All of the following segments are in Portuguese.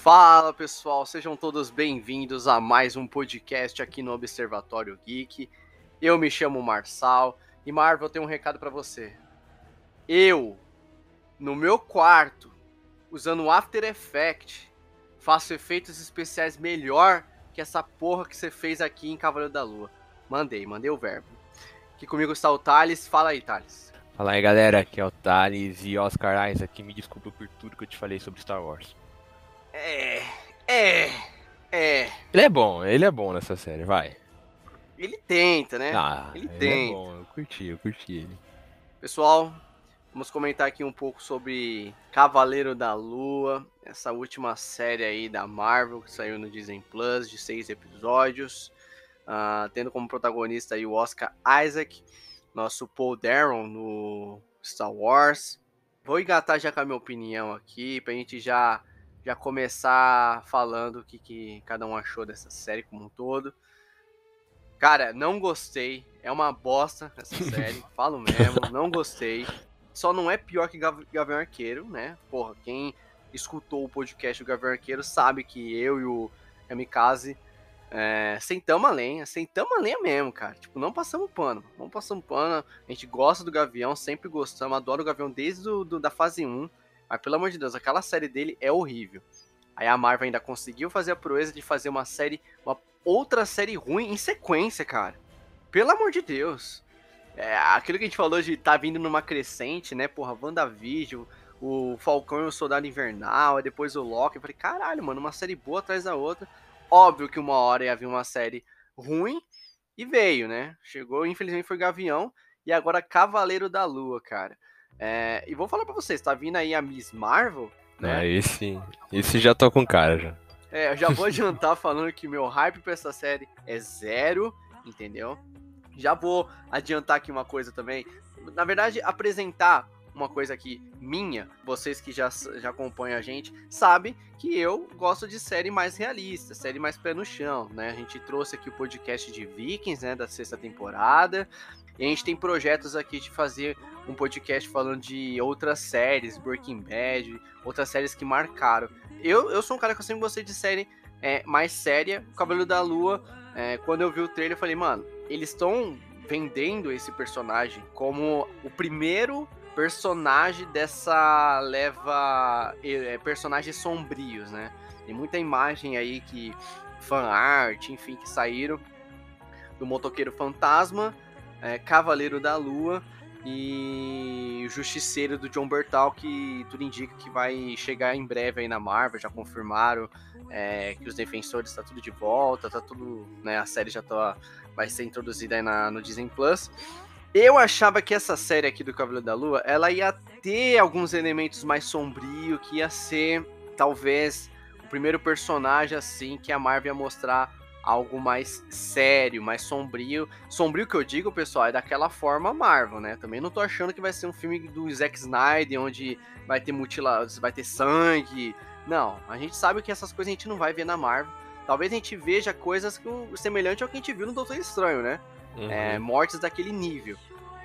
Fala pessoal, sejam todos bem-vindos a mais um podcast aqui no Observatório Geek. Eu me chamo Marçal e Marvel, eu tenho um recado pra você. Eu, no meu quarto, usando o After Effects, faço efeitos especiais melhor que essa porra que você fez aqui em Cavaleiro da Lua. Mandei o verbo. Aqui comigo está o Thales, fala aí Thales. Fala aí galera, aqui é o Thales e Oscar Isaac, me desculpa por tudo que eu te falei sobre Star Wars. É, é. Ele é bom nessa série, vai. Ele tenta, né? Ele Ele é tenta. bom, eu curti ele. Pessoal, vamos comentar aqui um pouco sobre Cavaleiro da Lua, essa última série aí da Marvel que saiu no Disney Plus, de 6 episódios, tendo como protagonista aí o Oscar Isaac, nosso Paul Dameron no Star Wars. Vou engatar já com a minha opinião aqui, pra gente já começar falando o que cada um achou dessa série como um todo. Cara, não gostei. É uma bosta essa série. Falo mesmo, não gostei. Só não é pior que Gavião Arqueiro, né? Porra, quem escutou o podcast do Gavião Arqueiro sabe que eu e o Kamikaze sentamos a lenha mesmo, cara. Tipo, não passamos pano. Não passamos pano. A gente gosta do Gavião, sempre gostamos. Adoro o Gavião desde da fase 1. Mas pelo amor de Deus, aquela série dele é horrível. Aí a Marvel ainda conseguiu fazer a proeza de fazer uma outra série ruim em sequência, cara. Pelo amor de Deus. Aquilo que a gente falou de tá vindo numa crescente, né? Porra, WandaVision, o Falcão e o Soldado Invernal, e depois o Loki. Eu falei, caralho, mano, uma série boa atrás da outra. Óbvio que uma hora ia vir uma série ruim, e veio, né? Chegou, infelizmente foi Gavião, e agora Cavaleiro da Lua, cara. E vou falar pra vocês, tá vindo aí a Miss Marvel, né? Esse já tô com cara já. Eu já vou adiantar falando que meu hype pra essa série é zero, entendeu? Já vou adiantar aqui uma coisa também. Na verdade, apresentar uma coisa aqui minha, vocês que já acompanham a gente, sabem que eu gosto de série mais realista, série mais pé no chão, né? A gente trouxe aqui o podcast de Vikings, né, da 6ª temporada, e a gente tem projetos aqui de fazer um podcast falando de outras séries, Breaking Bad, outras séries que marcaram. Eu sou um cara que eu sempre gostei de série mais séria. O Cavaleiro da Lua, quando eu vi o trailer, eu falei, mano, eles estão vendendo esse personagem como o primeiro personagem dessa leva, personagens sombrios, né? Tem muita imagem aí fan art, enfim, que saíram do Motoqueiro Fantasma, Cavaleiro da Lua e o Justiceiro do John Bertal, que tudo indica que vai chegar em breve aí na Marvel. Já confirmaram que os Defensores tá tudo de volta, tá tudo, né, a série já vai ser introduzida aí no Disney Plus. Eu achava que essa série aqui do Cavaleiro da Lua, ela ia ter alguns elementos mais sombrios, que ia ser, talvez, o primeiro personagem, assim, que a Marvel ia mostrar algo mais sério, mais sombrio. Sombrio que eu digo, pessoal, é daquela forma Marvel, né? Também não tô achando que vai ser um filme do Zack Snyder, onde vai ter vai ter sangue. Não, a gente sabe que essas coisas a gente não vai ver na Marvel. Talvez a gente veja coisas semelhante ao que a gente viu no Doutor Estranho, né? Mortes daquele nível.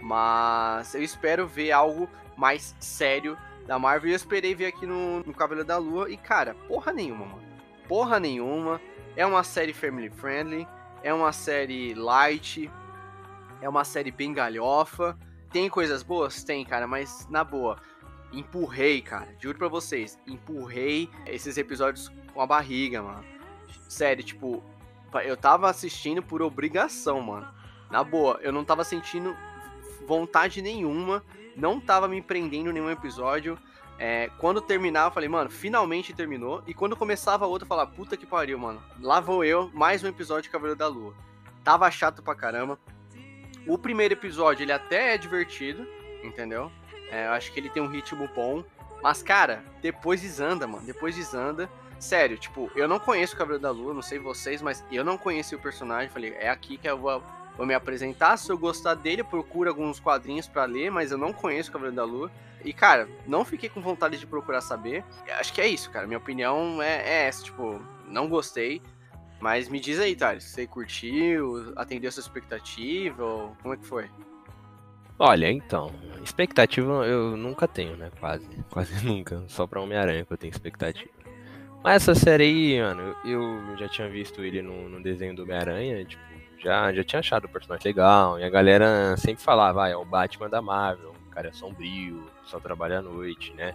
Mas eu espero ver algo mais sério da Marvel. E eu esperei ver aqui no Cavaleiro da Lua. E, cara, porra nenhuma, mano. Porra nenhuma. É uma série family friendly. É uma série light. É uma série bem galhofa. Tem coisas boas? Tem, cara. Mas, na boa, empurrei, cara. Juro pra vocês. Empurrei esses episódios com a barriga, mano. Sério, tipo, eu tava assistindo por obrigação, mano. Na boa, eu não tava sentindo vontade nenhuma, não tava me prendendo em nenhum episódio. Quando terminava, eu falei, mano, finalmente terminou. E quando começava outro, eu falava, puta que pariu, mano. Lá vou eu, mais um episódio de Cavaleiro da Lua. Tava chato pra caramba. O primeiro episódio, ele até é divertido, entendeu? Eu acho que ele tem um ritmo bom. Mas, cara, depois desanda, mano. Depois desanda. Sério, tipo, eu não conheço o Cavaleiro da Lua, não sei vocês, mas eu não conheci o personagem. Falei, é aqui que eu vou me apresentar. Se eu gostar dele, procuro alguns quadrinhos pra ler, mas eu não conheço o Cavaleiro da Lua. E, cara, não fiquei com vontade de procurar saber. Acho que é isso, cara. Minha opinião é essa, tipo, não gostei. Mas me diz aí, Thales, você curtiu? Atendeu a sua expectativa? Ou como é que foi? Olha, então, expectativa eu nunca tenho, né? Quase nunca. Só pra Homem-Aranha que eu tenho expectativa. Mas essa série aí, mano, eu já tinha visto ele no desenho do Homem-Aranha, tipo, já tinha achado o personagem legal, e a galera sempre falava, é o Batman da Marvel, o cara é sombrio, só trabalha à noite, né?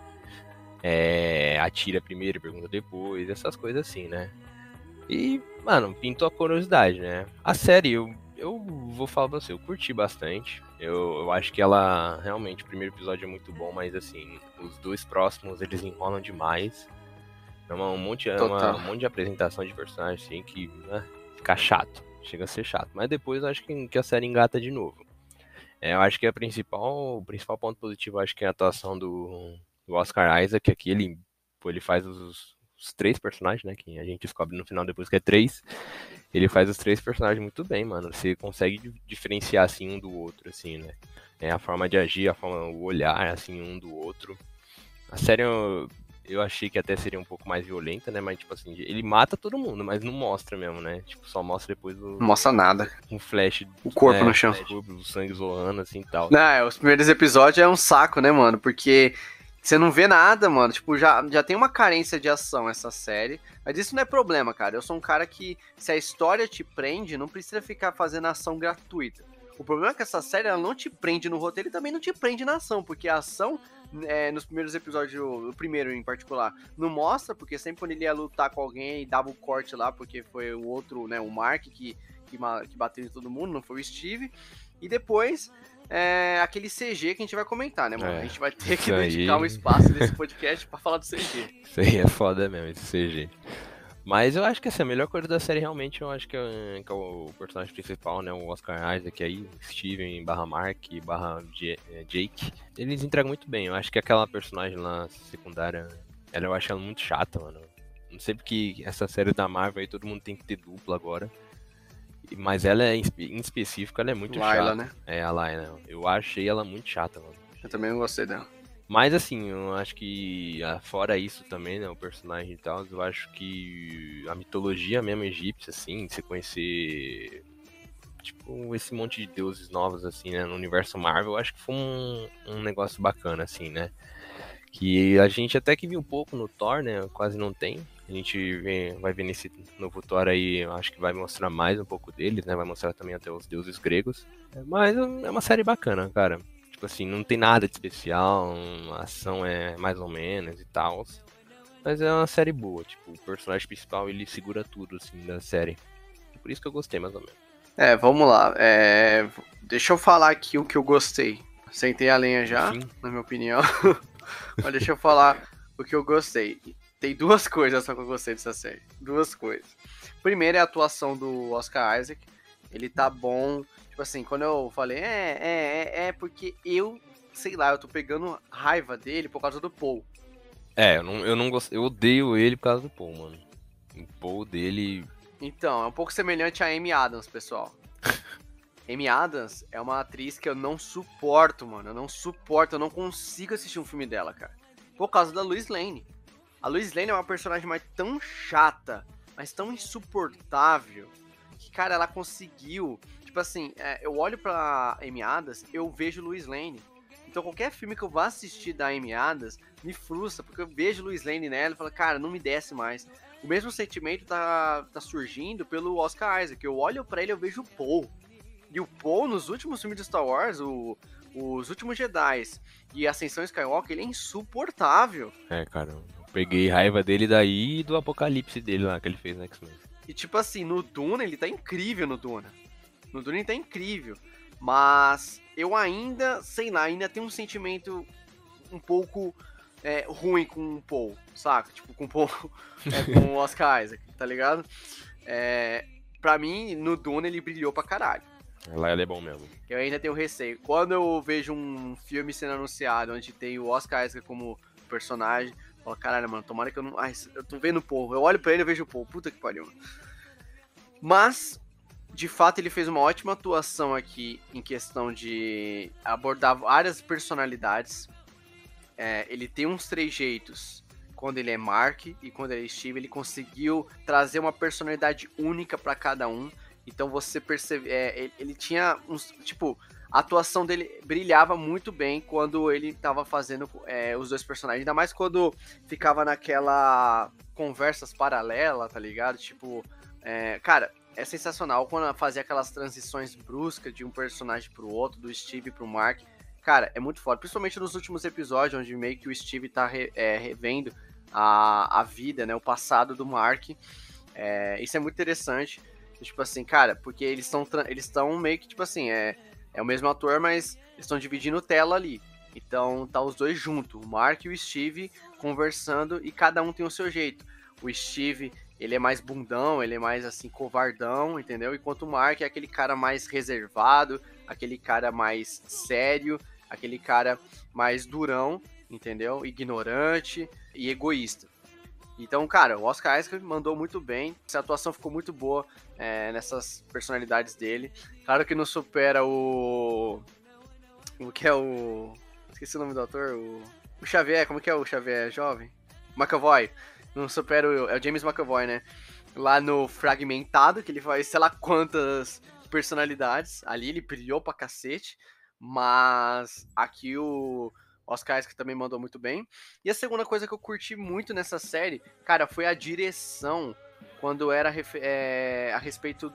Atira primeiro, pergunta depois, essas coisas assim, né? E, mano, pintou a curiosidade, né? A série, eu vou falar pra você, eu curti bastante. Eu acho que ela, realmente, o primeiro episódio é muito bom, mas assim, os dois próximos eles enrolam demais. Total. Um monte de apresentação de personagens assim que, né, fica chato. Chega a ser chato. Mas depois eu acho que a série engata de novo. Eu acho que o principal ponto positivo, eu acho que é a atuação do Oscar Isaac, aqui ele, pô, ele faz os três personagens, né, que a gente descobre no final depois que é três. Ele faz os três personagens muito bem, mano. Você consegue diferenciar, assim, um do outro, assim, né. A forma de agir, o olhar, assim, um do outro. A série eu achei que até seria um pouco mais violenta, né? Mas, tipo assim, ele mata todo mundo, mas não mostra mesmo, né? Tipo, só mostra depois Não mostra nada. um flash, O corpo no chão. do sangue zoando, assim e tal. Não, os primeiros episódios é um saco, né, mano? Porque você não vê nada, mano. Tipo, já tem uma carência de ação essa série. Mas isso não é problema, cara. Eu sou um cara que, se a história te prende, não precisa ficar fazendo ação gratuita. O problema é que essa série ela não te prende no roteiro e também não te prende na ação, porque a ação, nos primeiros episódios, o primeiro em particular, não mostra, porque sempre quando ele ia lutar com alguém e dava o corte lá, porque foi o outro, né, o Mark que bateu em todo mundo, não foi o Steve. E depois, aquele CG que a gente vai comentar, né, mano? A gente vai ter que dedicar um espaço nesse podcast pra falar do CG. Isso aí é foda mesmo, esse CG. Mas eu acho que essa a melhor coisa da série realmente, eu acho que é o personagem principal, né? O Oscar Isaac aí, Steven barra Mark barra Jake. Eles entregam muito bem. Eu acho que aquela personagem lá secundária, eu acho ela muito chata, mano. Não sei porque essa série da Marvel aí todo mundo tem que ter dupla agora. Mas ela, em específico, ela é muito Layla, chata. né? A Layla. Eu achei ela muito chata, mano. Eu também não gostei dela. Mas assim, eu acho que fora isso também, né, o personagem e tal, eu acho que a mitologia mesmo egípcia, assim, você conhecer, tipo, esse monte de deuses novos, assim, né, no universo Marvel, eu acho que foi um negócio bacana, assim, né, que a gente até que viu um pouco no Thor, né, quase não tem, a gente vai ver nesse novo Thor aí, eu acho que vai mostrar mais um pouco deles, né, vai mostrar também até os deuses gregos, mas é uma série bacana, cara. Tipo assim, não tem nada de especial, a ação é mais ou menos e tal. Mas é uma série boa, tipo, o personagem principal ele segura tudo, assim, da série. Por isso que eu gostei, mais ou menos. Vamos lá. Deixa eu falar aqui o que eu gostei. Sentei a lenha já, Enfim. na minha opinião. Mas deixa eu falar o que eu gostei. Tem duas coisas só que eu gostei dessa série. Duas coisas. Primeiro é a atuação do Oscar Isaac. Ele tá bom. Tipo assim, quando eu falei, porque eu, sei lá, eu tô pegando raiva dele por causa do Paul. Eu não gosto, eu odeio ele por causa do Paul, mano. O Paul dele. Então, é um pouco semelhante a Amy Adams, pessoal. Amy Adams é uma atriz que eu não suporto, mano. Eu não suporto, eu não consigo assistir um filme dela, cara. Por causa da Lois Lane. A Lois Lane é uma personagem mais tão chata, mas tão insuportável, que, cara, ela conseguiu. Tipo assim, eu olho pra Amy Adams, eu vejo Lois Lane. Então qualquer filme que eu vá assistir da Amy Adams me frustra, porque eu vejo Lois Lane nela e falo, cara, não me desce mais. O mesmo sentimento tá surgindo pelo Oscar Isaac. Eu olho pra ele e eu vejo o Paul. E o Paul, nos últimos filmes de Star Wars, os últimos Jedi e Ascensão Skywalker, ele é insuportável. Cara, eu peguei raiva dele daí e do apocalipse dele lá que ele fez no X-Men. E tipo assim, no Duna ele tá incrível no Duna. No Duna ele tá incrível. Mas eu ainda, sei lá, ainda tenho um sentimento um pouco ruim com o Paul, saca? Tipo, com o Paul, com o Oscar Isaac, tá ligado? Pra mim, no Duna ele brilhou pra caralho. Lá ele é bom mesmo. Eu ainda tenho receio. Quando eu vejo um filme sendo anunciado onde tem o Oscar Isaac como personagem, eu falo, caralho, mano, tomara que eu não... Ai, eu tô vendo o Paul. Eu olho pra ele e vejo o Paul. Puta que pariu. Mas, de fato, ele fez uma ótima atuação aqui em questão de abordar várias personalidades. Ele tem uns trejeitos. Quando ele é Mark e quando ele é Steve, ele conseguiu trazer uma personalidade única pra cada um. Então você percebe, ele tinha uns, tipo, a atuação dele brilhava muito bem quando ele tava fazendo os dois personagens, ainda mais quando ficava naquela conversas paralelas, tá ligado? Tipo, cara, é sensacional quando fazia aquelas transições bruscas de um personagem pro outro, do Steve pro Mark. Cara, é muito foda, principalmente nos últimos episódios, onde meio que o Steve tá revendo a vida, né, o passado do Mark. Isso é muito interessante. Tipo assim, cara, porque eles estão meio que, tipo assim, é o mesmo ator, mas eles estão dividindo tela ali. Então tá os dois juntos, o Mark e o Steve conversando, e cada um tem o seu jeito. O Steve, ele é mais bundão, ele é mais assim, covardão, entendeu? Enquanto o Mark é aquele cara mais reservado, aquele cara mais sério, aquele cara mais durão, entendeu? Ignorante e egoísta. Então, cara, o Oscar Isaac mandou muito bem. Essa atuação ficou muito boa nessas personalidades dele. Claro que não supera o que é o... Esqueci o nome do ator. O Xavier, como que é o Xavier jovem? McAvoy. Não supera é o James McAvoy, né? Lá no Fragmentado, que ele faz sei lá quantas personalidades. Ali ele brilhou pra cacete. Mas aqui o Oscar Isaac também mandou muito bem. E a segunda coisa que eu curti muito nessa série, cara, foi a direção quando era a respeito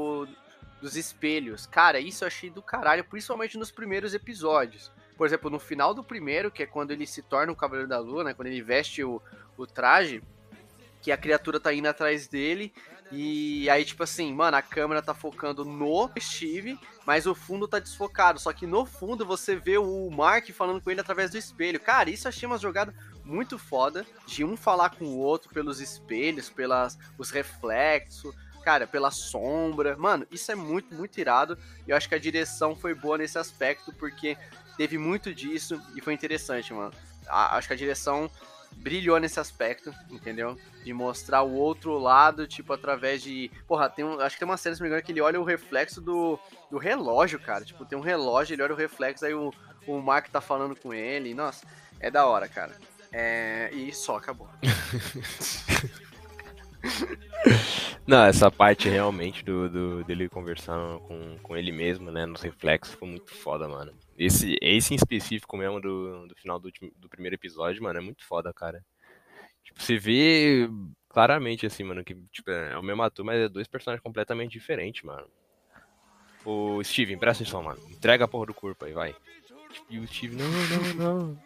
dos espelhos. Cara, isso eu achei do caralho, principalmente nos primeiros episódios. Por exemplo, no final do primeiro, que é quando ele se torna o Cavaleiro da Lua, né? Quando ele veste o traje, que a criatura tá indo atrás dele. E aí, tipo assim, mano, a câmera tá focando no Steve, mas o fundo tá desfocado. Só que no fundo você vê o Mark falando com ele através do espelho. Cara, isso eu achei uma jogada muito foda, de um falar com o outro pelos espelhos, os reflexos, cara, pela sombra. Mano, isso é muito, muito irado. E eu acho que a direção foi boa nesse aspecto, porque teve muito disso e foi interessante, mano. Acho que a direção brilhou nesse aspecto, entendeu? De mostrar o outro lado, tipo, através de... Porra, acho que tem uma cena, se não me engano, que ele olha o reflexo do relógio, cara. Tipo, tem um relógio, ele olha o reflexo, aí o Mark tá falando com ele. Nossa, é da hora, cara. E só, acabou. Não, essa parte realmente dele conversando com ele mesmo, né, nos reflexos, foi muito foda, mano. Esse em específico mesmo do final do primeiro episódio, mano, é muito foda, cara. Tipo, você vê claramente, assim, mano, que tipo, é o mesmo ator, mas é dois personagens completamente diferentes, mano. O Steven, presta atenção, mano. Entrega a porra do corpo aí, vai. E o Steve, não.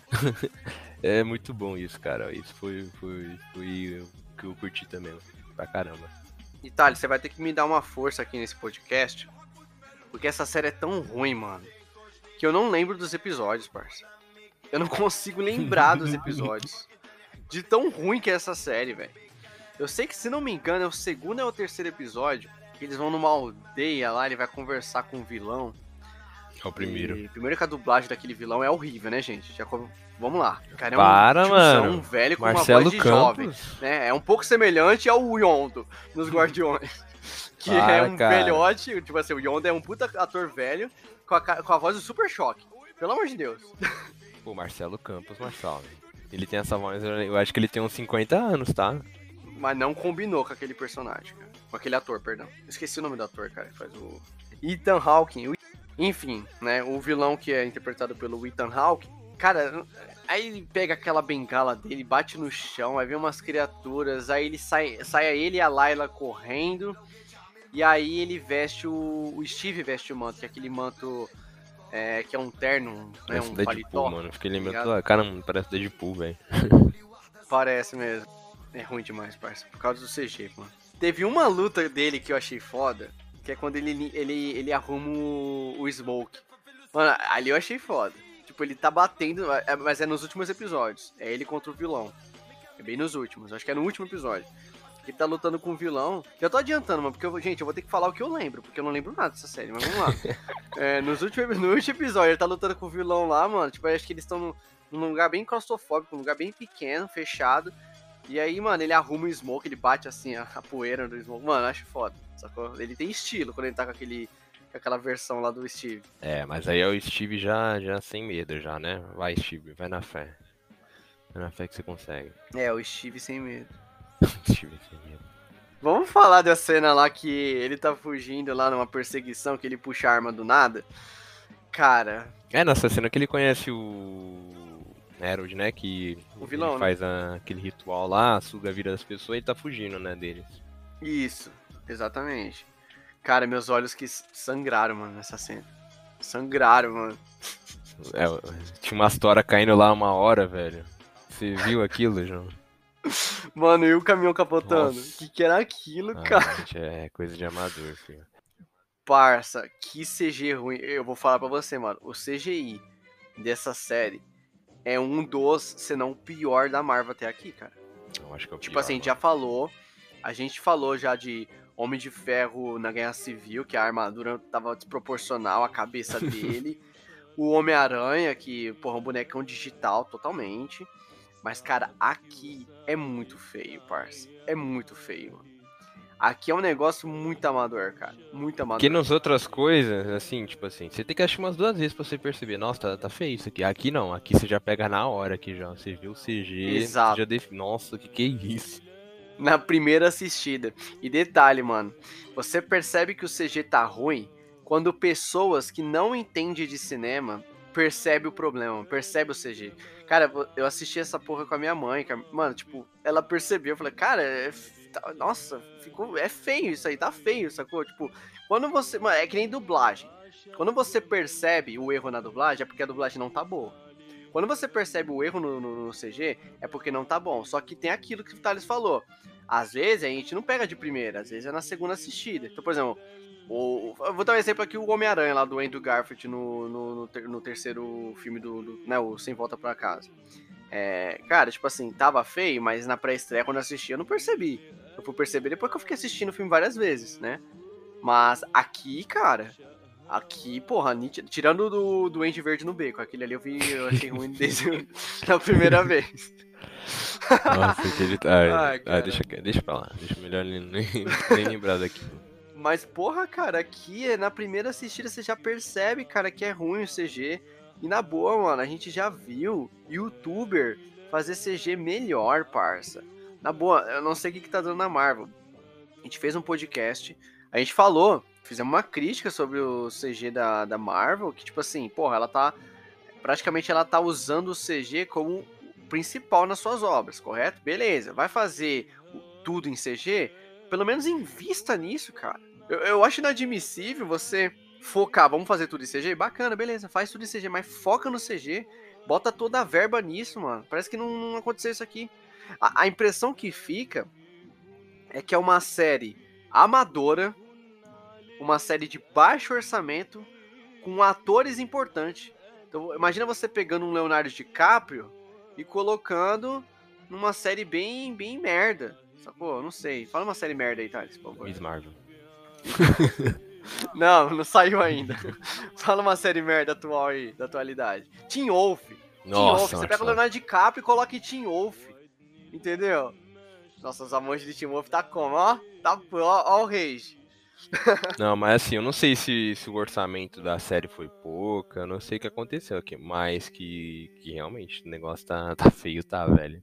É muito bom isso, cara. Isso foi o que eu curti também, pra caramba. E Thales, você vai ter que me dar uma força aqui nesse podcast, porque essa série é tão ruim, mano, que eu não lembro dos episódios, parça. Eu não consigo lembrar dos episódios. De tão ruim que é essa série, velho. Eu sei que, se não me engano, é o segundo ou o terceiro episódio, que eles vão numa aldeia lá, ele vai conversar com um vilão. É o primeiro. E primeiro que a dublagem daquele vilão é horrível, né, gente? Vamos lá. O cara é Para, tiozão, mano. um velho com Marcelo uma voz de Campos. jovem. Né? É um pouco semelhante ao Yondo nos Guardiões. Que Para, é um cara. velhote, tipo assim, o Yondo é um puta ator velho com a voz do Super Choque. Pelo amor de Deus. Pô, Marcelo Campos, Marcelo. Ele tem essa voz, eu acho que ele tem uns 50 anos, tá? Mas não combinou com aquele personagem, cara. Com aquele ator, perdão. Esqueci o nome do ator, cara, que faz o... Ethan Hawke. Enfim, né, o vilão que é interpretado pelo Ethan Hawke, cara, aí ele pega aquela bengala dele, bate no chão, aí vem umas criaturas, aí ele sai ele e a Layla correndo, e aí ele veste o Steve veste o manto, que é aquele manto que é um terno, né, um Deadpool, paletó. mano. Fiquei lembrando, cara, parece Deadpool, velho. Parece mesmo. É ruim demais, parça, por causa do CG, mano. Teve uma luta dele que eu achei foda, que é quando ele arruma o Smoke. Mano, ali eu achei foda. Tipo, ele tá batendo, mas é nos últimos episódios. É ele contra o vilão. É bem nos últimos, acho que é no último episódio. Ele tá lutando com o vilão. Já tô adiantando, mano, porque, gente, eu vou ter que falar o que eu lembro, porque eu não lembro nada dessa série, mas vamos lá. No último episódio, ele tá lutando com o vilão lá, mano. Tipo, acho que eles estão num lugar bem claustrofóbico, um lugar bem pequeno, fechado. E aí, mano, ele arruma o Smoke, ele bate assim a poeira do Smoke. Mano, eu acho foda. Sacou? Ele tem estilo quando ele tá com aquela versão lá do Steve. Mas aí é o Steve já sem medo, já, né? Vai, Steve, vai na fé. Vai na fé que você consegue. O Steve sem medo. Steve sem medo. Vamos falar da cena lá que ele tá fugindo lá numa perseguição, que ele puxa a arma do nada? Cara... Nessa cena que ele conhece o Harold, né? Que O vilão, ele faz aquele ritual lá, suga a vida das pessoas e tá fugindo, né, deles. Isso, exatamente. Cara, meus olhos que sangraram, mano, nessa cena. Sangraram, mano. É, tinha uma história caindo lá uma hora, velho. Você viu aquilo, João? Mano, e o caminhão capotando? Nossa. Que era aquilo, cara? Gente, é coisa de amador, filho. Parça, que CG ruim. Eu vou falar pra você, mano. O CGI dessa série é um dos, se não o pior da Marvel até aqui, cara. Eu acho que é o Tipo pior, assim, mano. a gente falou já de Homem de Ferro na Guerra Civil, que a armadura tava desproporcional à cabeça dele. O Homem-Aranha, que, porra, um bonecão digital totalmente. Mas, cara, aqui é muito feio, parça. É muito feio, mano. Aqui é um negócio muito amador, cara. Muito Porque amador. nas outras coisas, assim, tipo assim, você tem que assistir umas 2 vezes pra você perceber, nossa, tá feio isso aqui. Aqui não, aqui você já pega na hora aqui já. Você viu o CG, você Exato. já define. Nossa, que é isso? Na primeira assistida. E detalhe, mano. Você percebe que o CG tá ruim quando pessoas que não entendem de cinema percebem o problema, percebem o CG. Cara, eu assisti essa porra com a minha mãe, cara. Mano, tipo, ela percebeu. Eu falei, cara, nossa, ficou, é feio isso aí, tá feio, sacou? Tipo, quando você. Mano, é que nem dublagem. Quando você percebe o erro na dublagem, é porque a dublagem não tá boa. Quando você percebe o erro no CG, é porque não tá bom. Só que tem aquilo que o Thales falou. Às vezes a gente não pega de primeira, às vezes é na segunda assistida. Então, por exemplo, eu vou dar um exemplo aqui, o Homem-Aranha lá do Andrew Garfield no terceiro filme né, o Sem Volta Pra Casa. Cara, tipo assim, tava feio, mas na pré-estreia, quando eu assisti, eu não percebi. Eu fui perceber depois que eu fiquei assistindo o filme várias vezes, né? Mas aqui, cara, aqui, porra, tirando do Duende Verde no Beco, aquele ali eu achei ruim desde da primeira vez. Nossa, aquele. Ai, cara. Deixa pra lá. Deixa melhor nem lembrar daqui. Mas, porra, cara, aqui na primeira assistida você já percebe, cara, que é ruim o CG. E na boa, mano, a gente já viu youtuber fazer CG melhor, parça. Na boa, eu não sei o que tá dando na Marvel. A gente fez um podcast, a gente falou, fizemos uma crítica sobre o CG da Marvel, que tipo assim, porra, praticamente ela tá usando o CG como principal nas suas obras, correto? Beleza, vai fazer tudo em CG? Pelo menos invista nisso, cara. Eu acho inadmissível você focar, vamos fazer tudo em CG? Bacana, beleza, faz tudo em CG, mas foca no CG, bota toda a verba nisso, mano. Parece que não aconteceu isso aqui. A impressão que fica é que é uma série amadora, uma série de baixo orçamento, com atores importantes. Então, imagina você pegando um Leonardo DiCaprio e colocando numa série bem merda. Sacou? Não sei. Fala uma série merda aí, Thales, por favor. Miss Marvel. Não saiu ainda. Fala uma série merda atual aí, da atualidade. Teen Wolf. Teen Wolf. Nossa, Você pega o Leonardo DiCaprio e coloca em Teen Wolf. Entendeu? Nossa, os amantes de Teen Wolf tá como? Ó, ó o rage. Não, mas assim, eu não sei se o orçamento da série foi pouca, eu não sei o que aconteceu aqui, mas que realmente o negócio tá feio, tá, velho.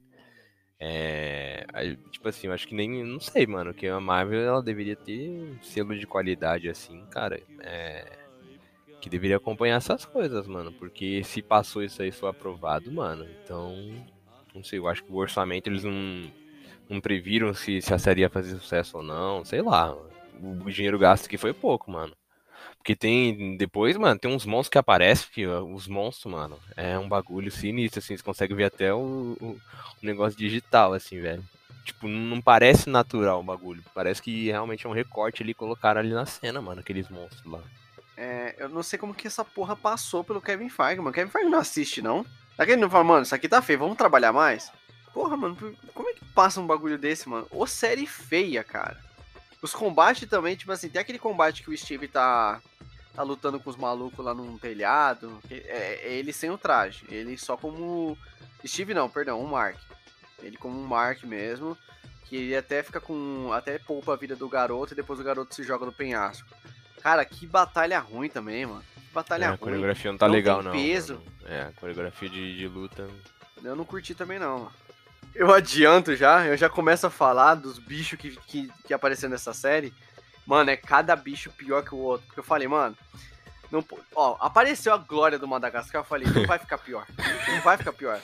Tipo assim, eu acho que nem, não sei, mano, que a Marvel, ela deveria ter um selo de qualidade assim, cara, que deveria acompanhar essas coisas, mano, porque se passou isso aí, foi aprovado, mano, então, não sei, eu acho que o orçamento eles não previram se a série ia fazer sucesso ou não, sei lá, o dinheiro gasto aqui foi pouco, mano. Porque depois, mano, tem uns monstros que aparecem, que os monstros, mano, é um bagulho sinistro, assim, você consegue ver até o negócio digital, assim, velho. Tipo, não parece natural o bagulho, parece que realmente é um recorte ali, colocaram ali na cena, mano, aqueles monstros lá. Eu não sei como que essa porra passou pelo Kevin Feige, mano. Kevin Feige não assiste, não? Será que ele não fala, mano, isso aqui tá feio, vamos trabalhar mais? Porra, mano, como é que passa um bagulho desse, mano? Ô série feia, cara. Os combates também, tipo assim, tem aquele combate que o Steve tá lutando com os malucos lá num telhado. É ele sem o traje. Ele só como. Steve não, perdão, o Mark. Ele como um Mark mesmo. Que ele até fica com. Até poupa a vida do garoto e depois o garoto se joga no penhasco. Cara, que batalha ruim também, mano. Que batalha A ruim. coreografia não tá Não legal, tem não. peso. Mano. A coreografia de luta. Eu não curti também, não, mano. Eu adianto já, eu já começo a falar dos bichos que apareceram nessa série. Mano, é cada bicho pior que o outro. Porque eu falei, mano, Não, ó, apareceu a Glória do Madagascar, eu falei, não vai ficar pior. Não vai ficar pior.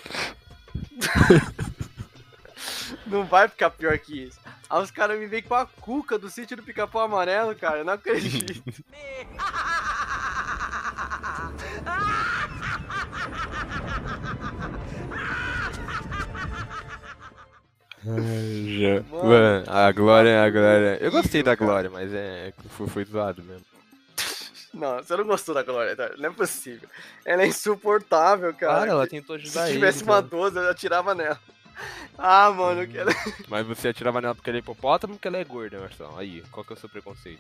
Não vai ficar pior que isso. Aí os caras me veem com a Cuca do Sítio do Pica-Pau Amarelo, cara. Eu não acredito. Mano, a Glória. Eu gostei da Glória, mas foi zoado mesmo. Não, você não gostou da Glória, tá? Não é possível. Ela é insuportável, cara. Cara, ela tentou ajudar ele. Se tivesse uma 12, eu atirava nela. Ah, mano, eu quero... Mas você atirava nela porque ela é hipopótamo ou porque ela é gorda, Marcelo? Aí, qual que é o seu preconceito?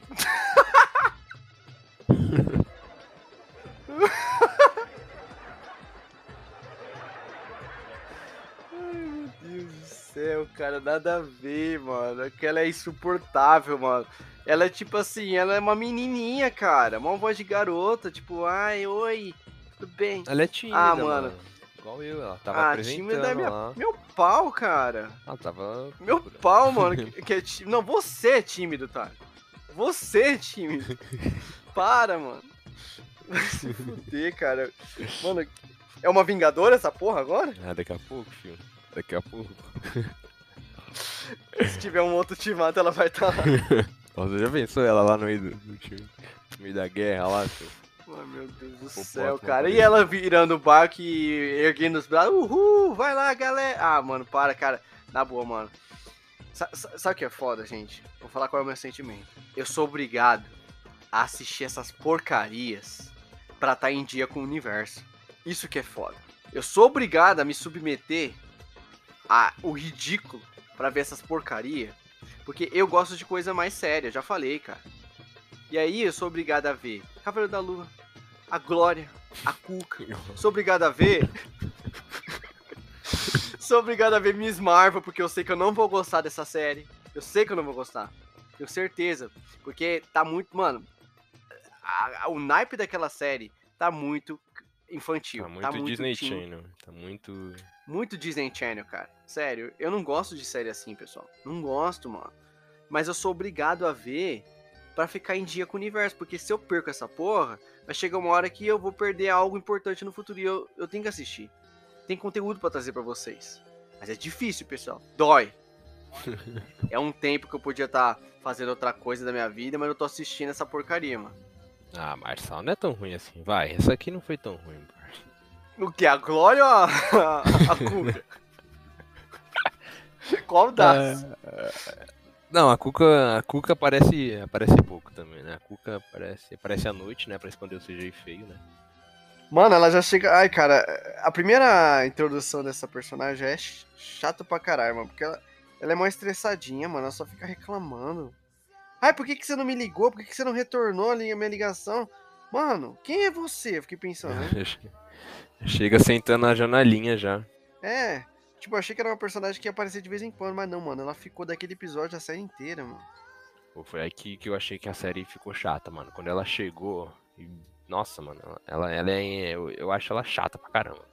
Ai, meu Deus do céu, cara, nada a ver, mano. Aquela é insuportável, mano. Ela é tipo assim, ela é uma menininha, cara. Uma voz de garota, tipo, ai, oi, tudo bem? Ela é tímida, mano. Igual eu, ela tava apresentando tímida é lá. meu pau, cara. Ela tava... Meu pau, mano, que é tímido. Não, você é tímido, tá? Você é tímido. Para, mano. Vai se fuder, cara. Mano, é uma vingadora essa porra agora? Ah, daqui a pouco, filho. Daqui a pouco. Se tiver um outro ultimato, ela vai estar lá. Nossa, já pensou ela lá no meio do time? No meio da guerra lá, filho? Oh, meu Deus do céu, cara. E ela virando o barco e erguendo os braços. Uhul, vai lá, galera. Ah, mano, para, cara. Na boa, mano. Sabe o que é foda, gente? Vou falar qual é o meu sentimento. Eu sou obrigado a assistir essas porcarias pra estar em dia com o universo. Isso que é foda. Eu sou obrigado a me submeter ao ridículo pra ver essas porcarias. Porque eu gosto de coisa mais séria, já falei, cara. E aí eu sou obrigado a ver Cavaleiro da Lua, a Glória, a Cuca. Sou obrigado a ver... Sou obrigado a ver Miss Marvel, porque eu sei que eu não vou gostar dessa série. Eu sei que eu não vou gostar. Tenho certeza. Porque tá muito... Mano, o naipe daquela série tá muito infantil. Tá muito Disney Channel. Tá muito... Muito Disney Channel, cara. Sério, eu não gosto de série assim, pessoal. Não gosto, mano. Mas eu sou obrigado a ver pra ficar em dia com o universo. Porque se eu perco essa porra, vai chegar uma hora que eu vou perder algo importante no futuro. E eu tenho que assistir. Tem conteúdo pra trazer pra vocês. Mas é difícil, pessoal. Dói. É um tempo que eu podia estar fazendo outra coisa da minha vida, mas eu tô assistindo essa porcaria, mano. Ah, Marçal, não é tão ruim assim. Vai, essa aqui não foi tão ruim, parça. O que? A Glória ou a Cuca? Qual das? Não, a Cuca aparece pouco também, né? A Cuca aparece à noite, né? Pra esconder o CGI feio, né? Mano, ela já chega... Ai, cara, a primeira introdução dessa personagem é chato pra caralho, mano. Porque ela é mó estressadinha, mano. Ela só fica reclamando. Ai, por que você não me ligou? Por que você não retornou a minha ligação? Mano, quem é você? Eu fiquei pensando, né? Chega sentando na janelinha já. É, tipo, eu achei que era uma personagem que ia aparecer de vez em quando, mas não, mano. Ela ficou daquele episódio a série inteira, mano. Pô, foi aqui que eu achei que a série ficou chata, mano. Quando ela chegou... Nossa, mano, eu acho ela chata pra caramba.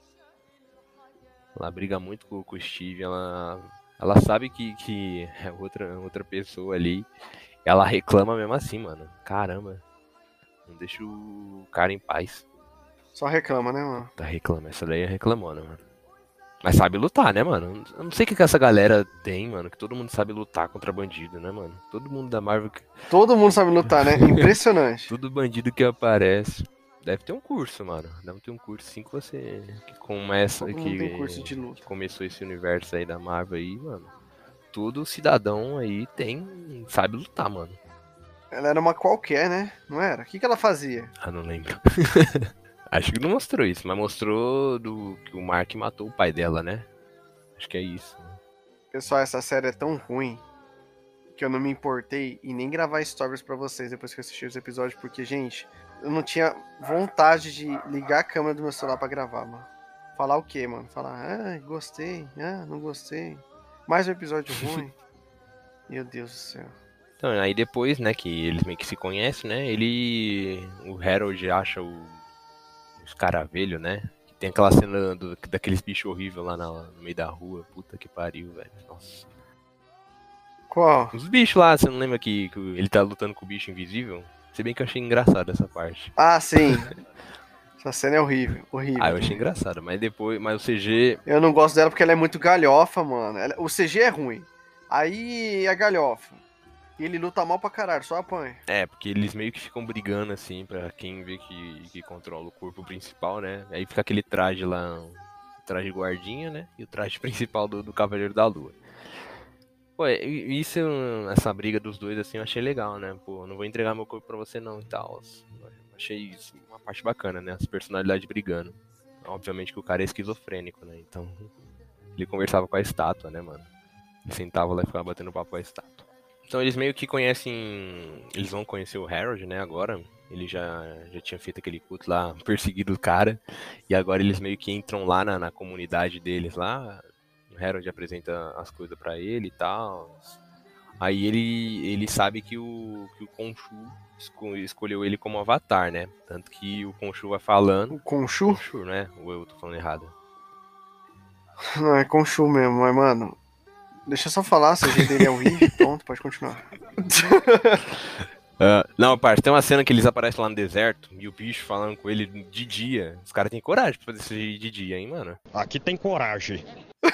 Ela briga muito com o Steve, ela sabe que é outra pessoa ali. Ela reclama mesmo assim, mano. Caramba, não deixa o cara em paz. Só reclama, né, mano? Tá reclamando, essa daí é reclamona, mano. Mas sabe lutar, né, mano? Eu não sei o que essa galera tem, mano, que todo mundo sabe lutar contra bandido, né, mano? Todo mundo da Marvel... Todo mundo sabe lutar, né? Impressionante. Tudo bandido que aparece. Deve ter um curso, mano. Deve ter um curso sim que você... Que começa... Todo mundo tem curso de luta. Que começou esse universo aí da Marvel aí, mano. Todo cidadão aí sabe lutar, mano. Ela era uma qualquer, né? Não era? O que ela fazia? Ah, não lembro. Acho que não mostrou isso, mas mostrou que o Mark matou o pai dela, né? Acho que é isso. Pessoal, essa série é tão ruim que eu não me importei em nem gravar stories pra vocês depois que eu assisti os episódios, porque, gente, eu não tinha vontade de ligar a câmera do meu celular pra gravar, mano. Falar o quê, mano? Falar, gostei, não gostei. Mais um episódio ruim. Meu Deus do céu. Então, aí depois, né, que eles meio que se conhecem, né, o Harold acha o escaravelho, né, que tem aquela cena daqueles bichos horríveis lá no meio da rua, puta que pariu, velho, nossa. Qual? Os bichos lá, você não lembra que ele tá lutando com o bicho invisível? Se bem que eu achei engraçado essa parte. Ah, sim. Essa cena é horrível, horrível. Ah, eu achei engraçado, mas depois. Mas o CG. Eu não gosto dela porque ela é muito galhofa, mano. O CG é ruim. Aí a galhofa. E ele luta mal pra caralho, só apanha. É, porque eles meio que ficam brigando assim, pra quem vê que controla o corpo principal, né? Aí fica aquele traje lá, o traje guardinha, né? E o traje principal do Cavaleiro da Lua. Pô, isso, essa briga dos dois, assim, eu achei legal, né? Pô, não vou entregar meu corpo pra você não e tal. Achei isso uma parte bacana, né? As personalidades brigando. Obviamente que o cara é esquizofrênico, né? Então, ele conversava com a estátua, né, mano? Ele sentava lá e ficava batendo papo com a estátua. Então eles meio que conhecem. Eles vão conhecer o Harold, né, agora. Ele já tinha feito aquele culto lá, perseguido o cara. E agora eles meio que entram lá na comunidade deles lá. O Harold apresenta as coisas pra ele e tal. Aí ele sabe que o Khonshu escolheu ele como avatar, né? Tanto que o Khonshu vai falando. O Khonshu? Khonshu, né? Ou eu tô falando errado? Não, é Khonshu mesmo, mas, mano. Deixa eu só falar, se a gente dele é horrível. Pronto, pode continuar. Não, parça, tem uma cena que eles aparecem lá no deserto e o bicho falando com ele de dia. Os caras têm coragem pra fazer isso de dia, hein, mano? Aqui tem coragem.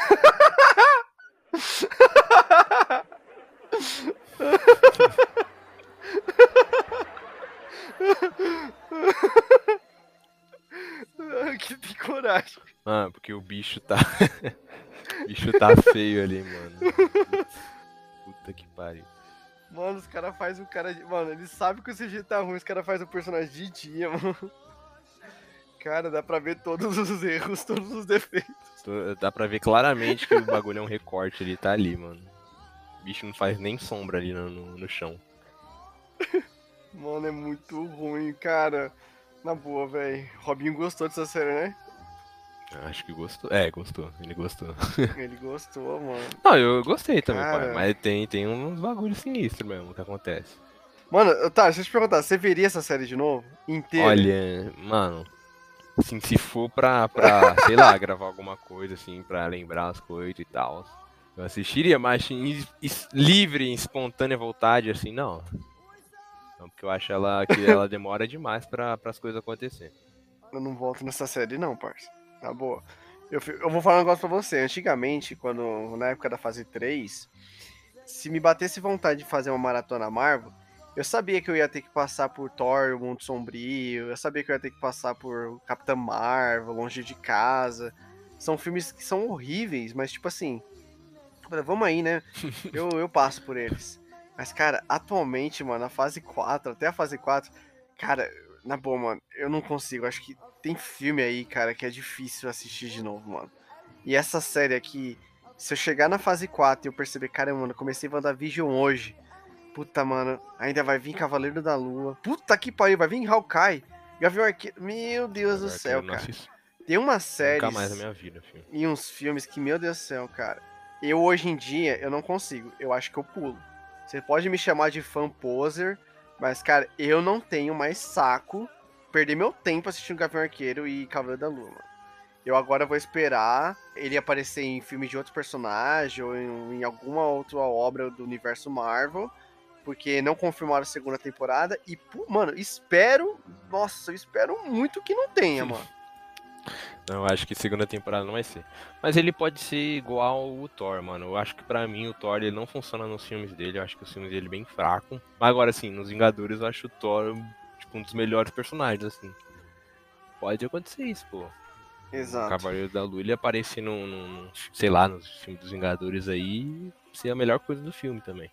Que tem coragem. Ah, porque o bicho tá. O bicho tá feio ali, mano. Puta que pariu. Mano, os caras fazem o cara. Mano, eles sabem que o CG tá ruim, os caras fazem o personagem de dia, mano. Cara, dá pra ver todos os erros, todos os defeitos. Dá pra ver claramente que o bagulho é um recorte, ele tá ali, mano. O bicho não faz nem sombra ali no chão. Mano, é muito ruim, cara. Na boa, velho. Robinho gostou dessa série, né? Acho que gostou. É, gostou. Ele gostou. Ele gostou, mano. Não, eu gostei também, Cara. pai. Mas tem uns bagulhos sinistros mesmo que acontece. Mano, tá, deixa eu te perguntar, você veria essa série de novo? Inteira? Olha, mano, assim, se for pra sei lá, gravar alguma coisa, assim, pra lembrar as coisas e tal, eu assistiria, mas livre, em espontânea vontade, assim, não. Não, porque eu acho que ela demora demais para as coisas acontecerem. Eu não volto nessa série, não, parça. Tá boa. Eu vou falar um negócio pra você. Antigamente, na época da fase 3, se me batesse vontade de fazer uma maratona Marvel, eu sabia que eu ia ter que passar por Thor, o Mundo Sombrio, eu sabia que eu ia ter que passar por Capitã Marvel, Longe de Casa. São filmes que são horríveis, mas tipo assim, vamos aí, né? Eu passo por eles. Mas, cara, atualmente, mano, a fase 4, até a fase 4, cara, na boa, mano, eu não consigo. Acho que tem filme aí, cara, que é difícil assistir de novo, mano. E essa série aqui, se eu chegar na fase 4 e eu perceber, cara, mano, eu comecei WandaVision hoje. Puta, mano, ainda vai vir Cavaleiro da Lua. Puta que pariu, vai vir Hawkeye. Gavião Arqueiro. Meu Deus do céu, cara. Tem umas séries nunca mais na minha vida, filho. E uns filmes que, meu Deus do céu, cara. Eu, hoje em dia, eu não consigo. Eu acho que eu pulo. Você pode me chamar de fan poser, mas, cara, eu não tenho mais saco perder meu tempo assistindo Gavião Arqueiro e Cavaleiro da Lua, mano. Eu agora vou esperar ele aparecer em filmes de outros personagens ou em alguma outra obra do universo Marvel, porque não confirmaram a segunda temporada. E, mano, espero. Nossa, eu espero muito que não tenha, mano. Não, eu acho que segunda temporada não vai ser. Mas ele pode ser igual o Thor, mano. Eu acho que pra mim o Thor ele não funciona nos filmes dele. Eu acho que os filmes dele é bem fraco. Mas agora sim, nos Vingadores eu acho o Thor tipo, um dos melhores personagens, assim. Pode acontecer isso, pô. Exato. O Cavaleiro da Lua ele aparecer sei lá, nos filmes dos Vingadores aí, ser a melhor coisa do filme também.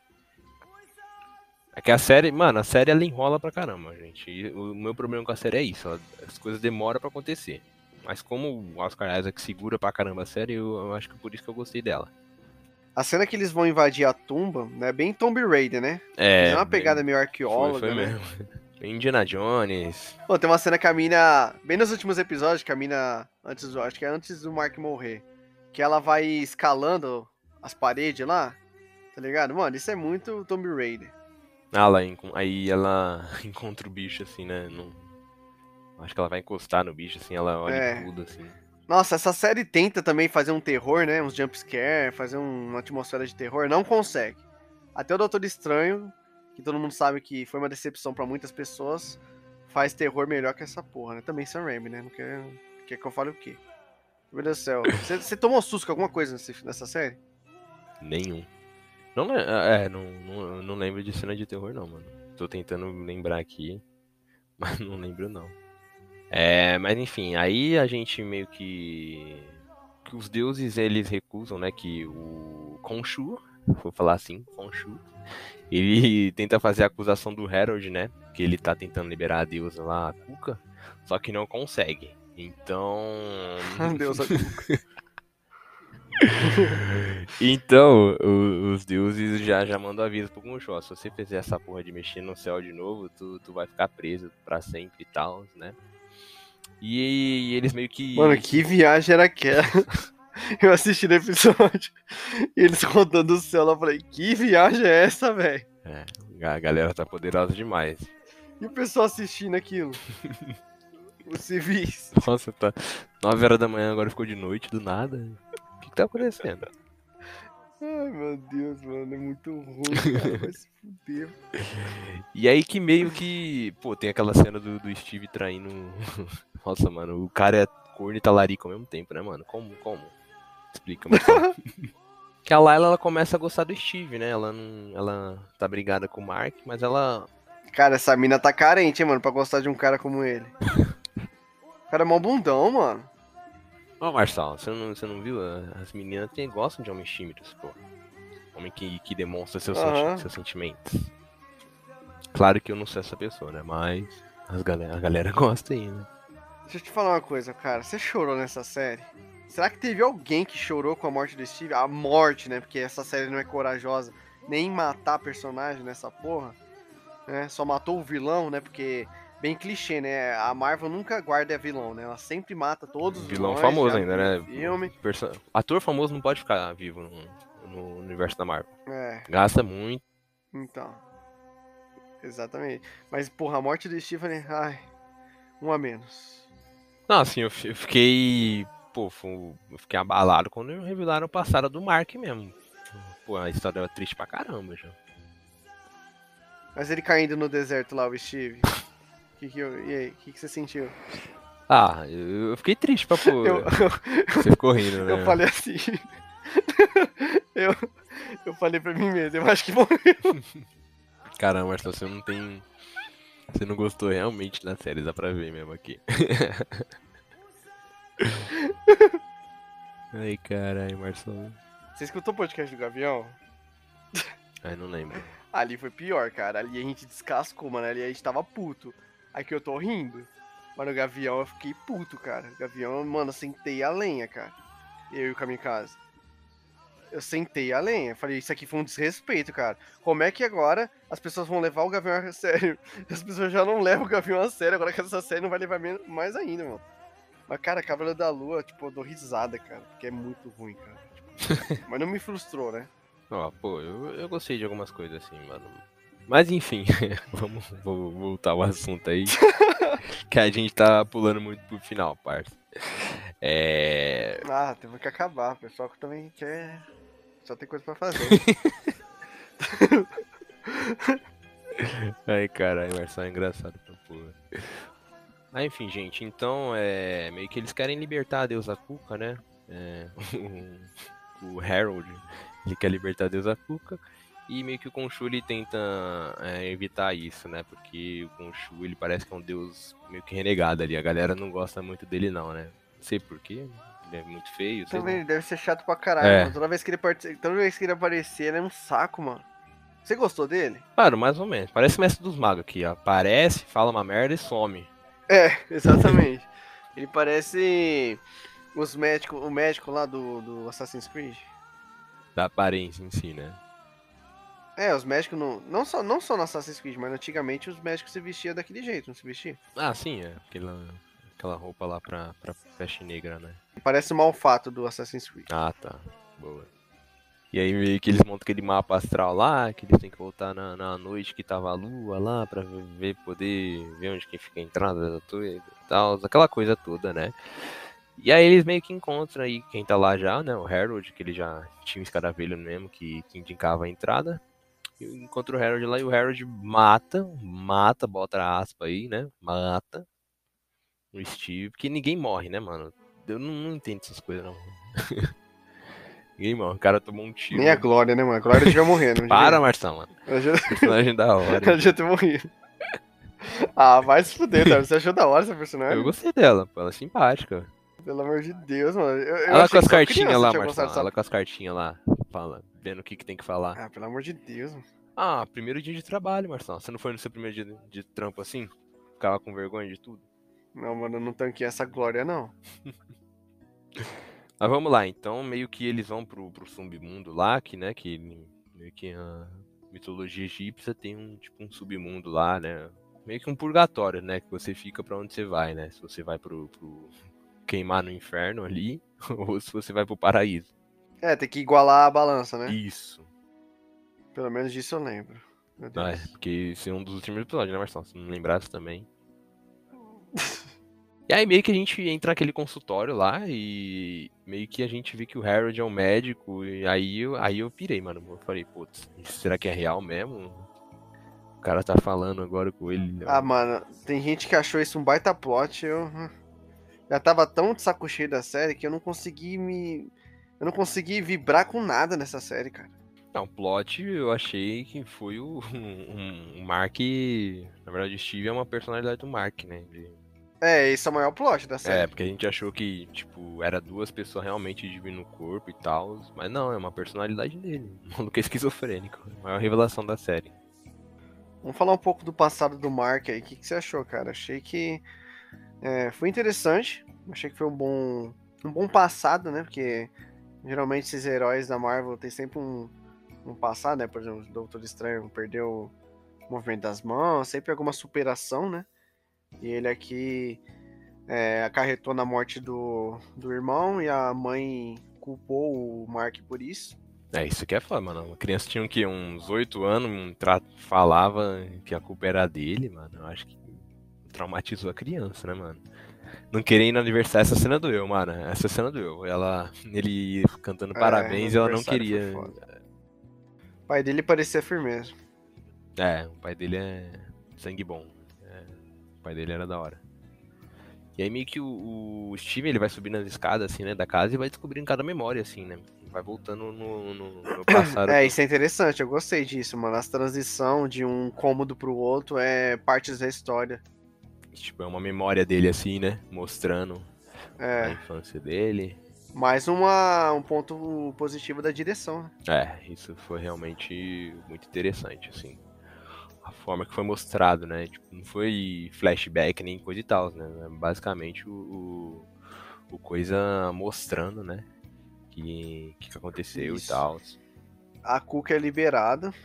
É que a série, mano, a série ela enrola pra caramba, gente. E o meu problema com a série é isso, as coisas demoram pra acontecer. Mas como o Oscar Isaac segura pra caramba a série, eu acho que por isso que eu gostei dela. A cena que eles vão invadir a tumba, né, bem Tomb Raider, né? É uma pegada meio arqueóloga, foi né? mesmo. Indiana Jones. Pô, tem uma cena que a mina, bem nos últimos episódios, que a mina, acho que é antes do Mark morrer, que ela vai escalando as paredes lá, tá ligado? Mano, isso é muito Tomb Raider. Aí ela encontra o bicho assim, né? Acho que ela vai encostar no bicho, assim, ela olha tudo, assim. Nossa, essa série tenta também fazer um terror, né? Uns jumpscare, fazer uma atmosfera de terror. Não consegue. Até o Doutor Estranho, que todo mundo sabe que foi uma decepção pra muitas pessoas, faz terror melhor que essa porra, né? Também Sam Raimi, né? Não quer que eu fale o quê? Meu Deus do céu. Você tomou susto com alguma coisa nessa série? Nenhum. Não lembro de cena de terror, não, mano. Tô tentando lembrar aqui, mas não lembro, não. Mas enfim, aí a gente meio que os deuses, eles recusam, né, que o Khonshu, vou falar assim, Khonshu, ele tenta fazer a acusação do Harold, né, que ele tá tentando liberar a deusa lá, a Kuka, só que não consegue. Então... Deus, a Kuka. Então, os deuses já mandam aviso pro Khonshu, ó, se você fizer essa porra de mexer no céu de novo, tu vai ficar preso pra sempre e tal, né. E eles meio que... Mano, que viagem era aquela? Eu assisti no episódio e eles rodando o céu lá, eu falei, que viagem é essa, velho? A galera tá poderosa demais. E o pessoal assistindo aquilo? Os civis. Nossa, tá 9 horas da manhã, agora ficou de noite, do nada. O que tá acontecendo? Ai, meu Deus, mano, é muito ruim, cara, vai se fuder. E aí que meio que... Pô, tem aquela cena do Steve traindo... Nossa, mano, o cara é corno e talarico ao mesmo tempo, né, mano? Como? Explica, Marcelo. Que a Layla, ela começa a gostar do Steve, né? Ela tá brigada com o Mark, mas ela... Cara, essa mina tá carente, hein, mano, pra gostar de um cara como ele. O cara é mó bundão, mano. Ó, Marcelo, você não viu? As meninas gostam de homens tímidos, pô. Homem que demonstra seus sentimentos. Claro que eu não sou essa pessoa, né? Mas a galera gosta aí, né? Deixa eu te falar uma coisa, cara. Você chorou nessa série? Será que teve alguém que chorou com a morte do Steve? A morte, né? Porque essa série não é corajosa nem matar personagem nessa porra. Né? Só matou o vilão, né? Porque, bem clichê, né? A Marvel nunca guarda vilão, né? Ela sempre mata todos os vilão vilões. Famoso ainda, né? Filme. Ator famoso não pode ficar vivo no universo da Marvel. É. Gasta muito. Então. Exatamente. Mas, porra, a morte do Steve, ai, um a menos. Não, assim, eu fiquei... Pô, eu fiquei abalado quando revelaram o passado do Mark mesmo. Pô, a história era triste pra caramba, já. Mas ele caindo no deserto lá, o Steve. E aí, o que você sentiu? Ah, eu fiquei triste pra pô. Você ficou rindo, né? Eu falei assim. eu falei pra mim mesmo, eu acho que morreu. Caramba, Marcelo, você não tem... Você não gostou realmente da série, dá pra ver mesmo aqui. Ai, caralho, Marcelo. Você escutou o podcast do Gavião? Ai, não lembro. Ali foi pior, cara. Ali a gente descascou, mano. Ali a gente tava puto. Aqui eu tô rindo. Mas no Gavião eu fiquei puto, cara. Gavião, mano, eu sentei a lenha, cara. Eu e o Kamikaze. Eu sentei a lenha. Falei, isso aqui foi um desrespeito, cara. Como é que agora as pessoas vão levar o Gavião a sério? As pessoas já não levam o Gavião a sério. Agora que essa série não vai levar mais ainda, mano. Mas, cara, Cavaleiro da Lua, tipo, eu dou risada, cara. Porque é muito ruim, cara. Tipo, mas não me frustrou, né? Ó, pô, eu gostei de algumas coisas assim, mano. Mas enfim, vamos voltar ao assunto aí. Que a gente tá pulando muito pro final, parça. Ah, temos que acabar. O pessoal que também quer. Só tem coisa pra fazer. Ai, caralho, Marcelo é engraçado pra porra. Mas enfim, gente, então meio que eles querem libertar a deusa Kuka, né? O Harold, ele quer libertar a deusa Kuka. E meio que o Khonshu ele tenta evitar isso, né? Porque o Khonshu ele parece que é um deus meio que renegado ali. A galera não gosta muito dele não, né? Não sei porquê. Ele é muito feio. Também ele deve ser chato pra caralho, mano. Toda vez que ele aparecer, ele é um saco, mano. Você gostou dele? Claro, mais ou menos. Parece o Mestre dos Magos aqui, ó. Aparece, fala uma merda e some. É, exatamente. Ele parece o médico lá do Assassin's Creed. Da aparência em si, né? Os médicos não só no Assassin's Creed, mas antigamente os médicos se vestiam daquele jeito, não se vestiam? Ah, sim, aquela roupa lá pra peste negra, né? Parece o Malfato do Assassin's Creed. Ah, tá. Boa. E aí meio que eles montam aquele mapa astral lá, que eles têm que voltar na noite que tava a lua lá, pra poder ver onde que fica a entrada da torre e tal, aquela coisa toda, né? E aí eles meio que encontram aí quem tá lá já, né? O Harold, que ele já tinha um escaravelho mesmo que indicava a entrada. encontra o Harold lá e o Harold mata, bota aspa aí, né? Mata o Steve, porque ninguém morre, né, mano? Eu não entendo essas coisas, não. Ninguém morre, o cara tomou um tiro. Nem a Glória, né, mano? A Glória devia morrer, não Para, devia? Marção, mano. Ela já... Personagem da hora. Ela já ter morrido. Ah, vai se fuder, cara. Você achou da hora essa personagem? Eu gostei dela, pô, ela é simpática. Pelo amor de Deus, mano. Eu Ela achei com as que só cartinhas criança lá, tinha Marção, gostado dessa... ela com as cartinhas lá, fala, vendo o que tem que falar. Ah, pelo amor de Deus, mano. Ah, primeiro dia de trabalho, Marção. Você não foi no seu primeiro dia de trampo assim? Ficava com vergonha de tudo? Não, mano, eu não tanquei essa Glória, não. Mas vamos lá, então meio que eles vão pro submundo lá, que, né, que meio que a mitologia egípcia tem um submundo lá, né? Meio que um purgatório, né? Que você fica pra onde você vai, né? Se você vai pro queimar no inferno ali, ou se você vai pro paraíso. É, tem que igualar a balança, né? Isso. Pelo menos disso eu lembro. Meu Deus. Ah, é, porque esse é um dos últimos episódios, né, Marcelo? Se não lembrasse também. E aí meio que a gente entra naquele consultório lá e meio que a gente vê que o Harold é um médico e aí eu pirei, mano. Eu falei, putz, será que é real mesmo? O cara tá falando agora com ele. Ah, mano, tem gente que achou isso um baita plot, eu já tava tão de saco cheio da série que eu não consegui vibrar com nada nessa série, cara. Não, o plot eu achei que foi o Mark. Na verdade, o Steve é uma personalidade do Mark, né? É, esse é o maior plot da série. É, porque a gente achou que, tipo, era duas pessoas realmente dividindo o corpo e tal. Mas não, é uma personalidade dele. O maluco é esquizofrênico. A maior revelação da série. Vamos falar um pouco do passado do Mark aí. O que você achou, cara? Achei que foi interessante. Achei que foi um bom passado, né? Porque geralmente esses heróis da Marvel tem sempre um passado, né? Por exemplo, o Doutor Estranho perdeu o movimento das mãos, sempre alguma superação, né? E ele aqui acarretou na morte do irmão e a mãe culpou o Mark por isso. É, isso que é foda, mano. A criança tinha o quê? Uns 8 anos, falava que a culpa era dele, mano. Eu acho que traumatizou a criança, né, mano? Não querer ir no aniversário, essa cena doeu, mano. Essa cena doeu. Ele cantando parabéns e ela não queria. O pai dele parecia firmeza. É, o pai dele é sangue bom. O pai dele era da hora. E aí meio que o Steven, ele vai subindo as escadas, assim, né, da casa e vai descobrindo cada memória, assim, né? Vai voltando no passado. Isso é interessante, eu gostei disso, mano. As transição de um cômodo pro outro é partes da história. Tipo, é uma memória dele, assim, né? Mostrando a infância dele. Mais um ponto positivo da direção, né? É, isso foi realmente muito interessante, assim. A forma que foi mostrado, né? Tipo, não foi flashback nem coisa e tal, né? Basicamente o coisa mostrando, né? Que aconteceu Isso. e tal. A Cuca é liberada.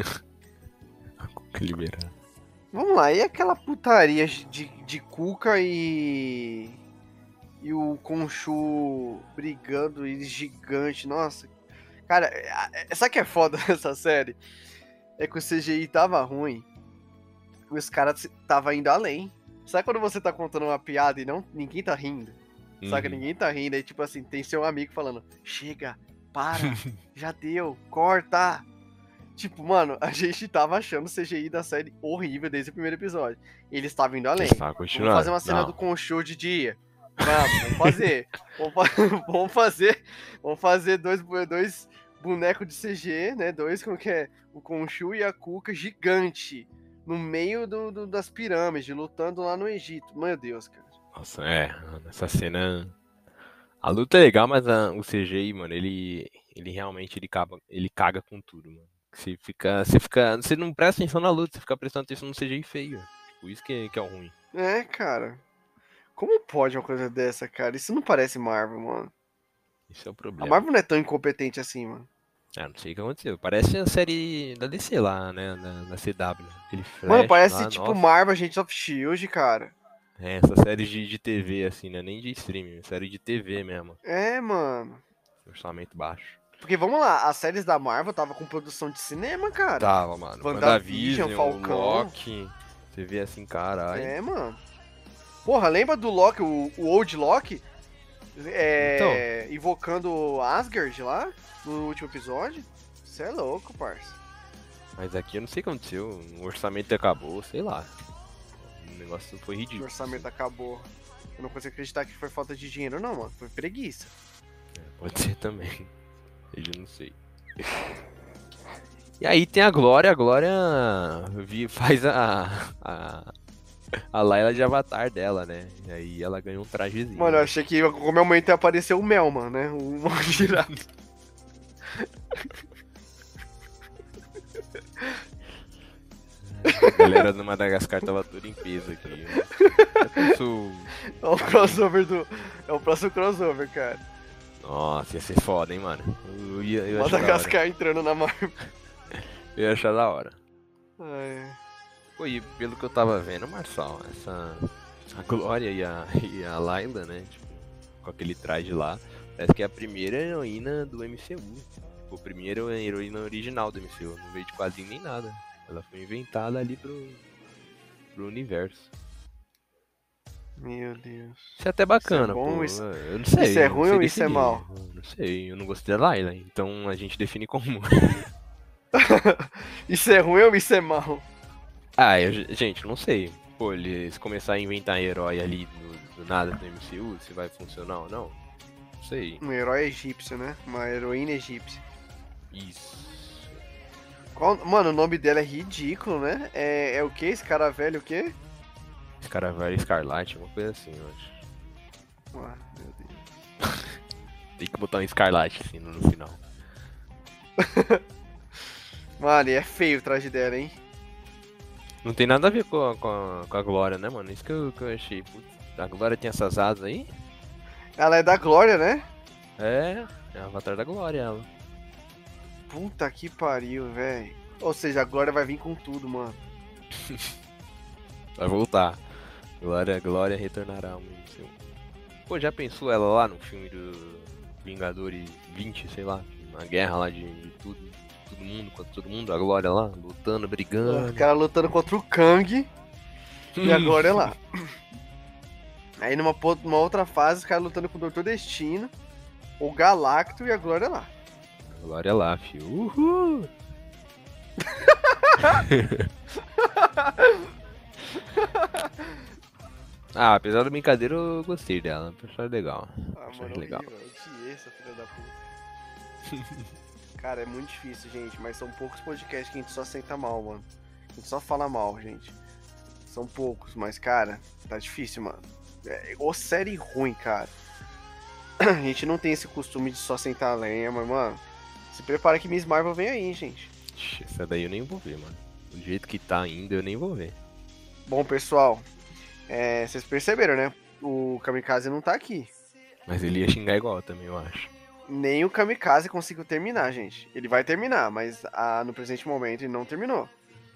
A Cuca é liberada. Vamos lá, e aquela putaria de Cuca e o Khonshu brigando e gigante, nossa. Cara, sabe o que é foda nessa série? É que o CGI tava ruim, os caras tava indo além. Sabe quando você tá contando uma piada e ninguém tá rindo? Saca? Ninguém tá rindo, aí tipo assim, tem seu amigo falando, chega, para, já deu, corta. Tipo, mano, a gente tava achando o CGI da série horrível desde o primeiro episódio. Eles estavam indo além. Vamos fazer uma cena do Khonshu de dia. Vamos fazer. Vamos fazer dois bonecos de CG, né? Dois, como que é? O Khonshu e a Cuca gigante. No meio das pirâmides, lutando lá no Egito. Meu Deus, cara. Nossa, essa cena... A luta é legal, mas o CGI, mano, ele realmente ele caga com tudo, mano. Você não presta atenção na luta, você fica prestando atenção no CGI feio. Tipo, isso que é o ruim. É, cara. Como pode uma coisa dessa, cara? Isso não parece Marvel, mano. Isso é o problema. A Marvel não é tão incompetente assim, mano. Não sei o que aconteceu. Parece a série da DC lá, né? Da CW. Aquele Flash mano, parece lá, tipo nossa. Marvel Agents of S.H.I.E.L.D., cara. Essa série de TV, assim, né? Nem de streaming, série de TV mesmo. É, mano. Orçamento baixo. Porque, vamos lá, as séries da Marvel tava com produção de cinema, cara. Tava, mano. WandaVision, Falcão. Loki. Você vê assim, caralho. É, mano. Porra, lembra do Loki, o Old Loki? Então. Invocando Asgard lá, no último episódio? Você é louco, parça. Mas aqui eu não sei o que aconteceu. O orçamento acabou, sei lá. O negócio foi O ridículo. orçamento acabou. Eu não consigo acreditar que foi falta de dinheiro, não, mano. Foi preguiça. Pode ser também. Eu não sei. E aí tem a Glória faz a Layla de avatar dela, né? E aí ela ganhou um trajezinho. Mano, eu achei que como momento ia aparecer o Melman, né? O girado. A galera do Madagascar tava toda em peso aqui. É o crossover do. É o próximo crossover, cara. Nossa, ia ser foda, hein, mano. Eu ia achar da hora. Madagascar entrando na Marvel. Eu ia achar da hora. É. Pô, e pelo que eu tava vendo, Marçal, a Glória e a Layla, né? Tipo, com aquele traje lá, parece que é a primeira heroína do MCU. Tipo, a primeira heroína original do MCU. Não veio de quadrinho nem nada. Ela foi inventada ali pro universo. Meu Deus. Isso é até bacana, Isso é bom, pô. isso- Eu não sei. isso é eu não ruim sei ou isso é definir. mal? Eu não sei, eu não gostei da Layla. Então a gente define como. Isso é ruim ou isso é mal? Gente, não sei. Pô, eles começarem a inventar herói ali do nada do MCU, se vai funcionar ou não. Não sei. Um herói egípcio, né? Uma heroína egípcia. Isso. Mano, o nome dela é ridículo, né? É o quê? Esse cara velho o quê? Esse cara vai Escarlate, uma coisa assim, eu acho. Ah, meu Deus. Tem que botar um Escarlate assim no final. Mano, e é feio o traje dela, hein? Não tem nada a ver com a Glória, né, mano? Isso que eu achei. Putz, a Glória tem essas asas aí? Ela é da Glória, né? É o avatar da Glória, ela. Puta que pariu, velho. Ou seja, a Glória vai vir com tudo, mano. Vai voltar. Glória retornará ao MCU. Pô, já pensou ela lá no filme do Vingadores 20, sei lá, uma guerra lá de tudo, todo mundo contra todo mundo, a Glória lá, lutando, brigando. O cara lutando contra o Kang e a Glória lá. Aí numa outra fase, os caras lutando com o Doutor Destino, o Galacto e a Glória lá. Glória lá, fio. Uhul! Apesar da brincadeira, eu gostei dela. Achei legal. Ah, Achei mano, legal. horrível. Eu odiei essa filha da puta. Cara, é muito difícil, gente, mas são poucos podcasts que a gente só senta mal, mano. A gente só fala mal, gente. São poucos, mas, cara, tá difícil, mano. Ou série ruim, cara. A gente não tem esse costume de só sentar a lenha, mas, mano, se prepara que Miss Marvel vem aí, gente. Essa daí eu nem vou ver, mano. Do jeito que tá ainda, eu nem vou ver. Bom, pessoal, vocês perceberam, né? O Kamikaze não tá aqui. Mas ele ia xingar igual também, eu acho. Nem o Kamikaze conseguiu terminar, gente. Ele vai terminar, mas no presente momento ele não terminou.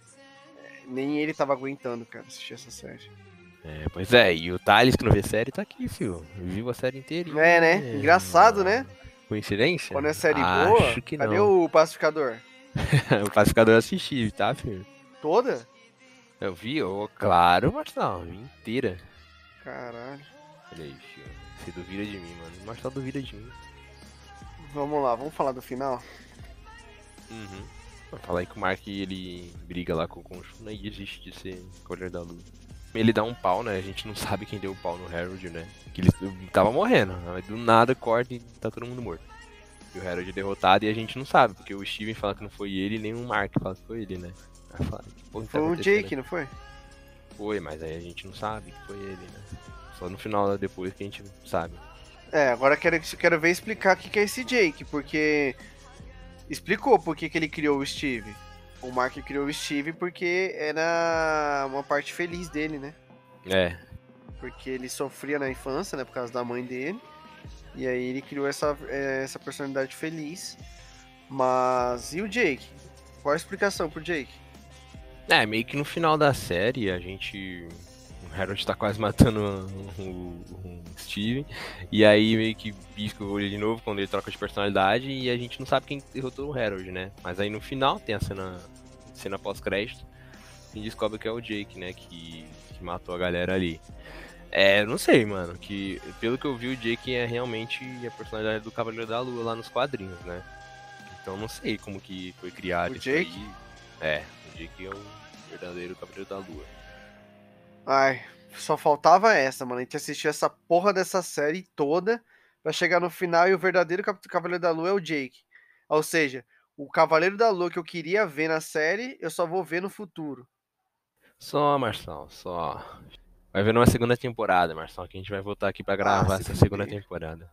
Nem ele tava aguentando, cara, assistir essa série. Pois é, e o Thales que não vê série tá aqui, filho. Viu a série inteira. É, né? Engraçado, né? Coincidência? Quando é série Acho boa, que cadê não. o Pacificador? O pacificador eu assisti, tá, filho? Toda? Eu vi, claro, Marcelo, inteira. Caralho. Olha aí, filho. Você duvida de mim, mano. O Marcelo duvida de mim. Vamos lá, vamos falar do final? Uhum. Vai falar aí que o Mark, ele briga lá com o Khonshu, né? E desiste de ser Cavaleiro da Lua. Ele dá um pau, né? A gente não sabe quem deu o pau no Harold, né? Que ele tava morrendo. Aí do nada corta e tá todo mundo morto. E o Harold é derrotado e a gente não sabe, porque o Steven fala que não foi ele, nem o Mark fala que foi ele, né? Aí fala, que porra que tá Foi o acontecendo Jake, não foi? Foi, mas aí a gente não sabe que foi ele, né? Só no final, depois que a gente sabe. Agora quero ver explicar o que é esse Jake, porque explicou por que ele criou o Steve. O Mark criou o Steve porque era uma parte feliz dele, né? É, Porque ele sofria na infância, né, por causa da mãe dele. E aí ele criou essa personalidade feliz. Mas, e o Jake? Qual a explicação pro Jake? meio que no final da série a gente. O Harold tá quase matando o Steven. E aí meio que pisca o olho de novo quando ele troca de personalidade. E a gente não sabe quem derrotou o Harold, né? Mas aí no final tem a cena pós-crédito. E descobre que é o Jake, né? Que matou a galera ali. Não sei, mano. Que pelo que eu vi, o Jake é realmente a personalidade do Cavaleiro da Lua lá nos quadrinhos, né? Então não sei como que foi criado O isso Jake? aí. É, o Jake é o verdadeiro Cavaleiro da Lua. Ai, só faltava essa, mano. A gente assistiu essa porra dessa série toda pra chegar no final e o verdadeiro Cavaleiro da Lua é o Jake. Ou seja, o Cavaleiro da Lua que eu queria ver na série, eu só vou ver no futuro. Só, Marçal, só. Vai ver uma segunda temporada, Marçal, que a gente vai voltar aqui pra gravar Se essa segunda fuder. temporada.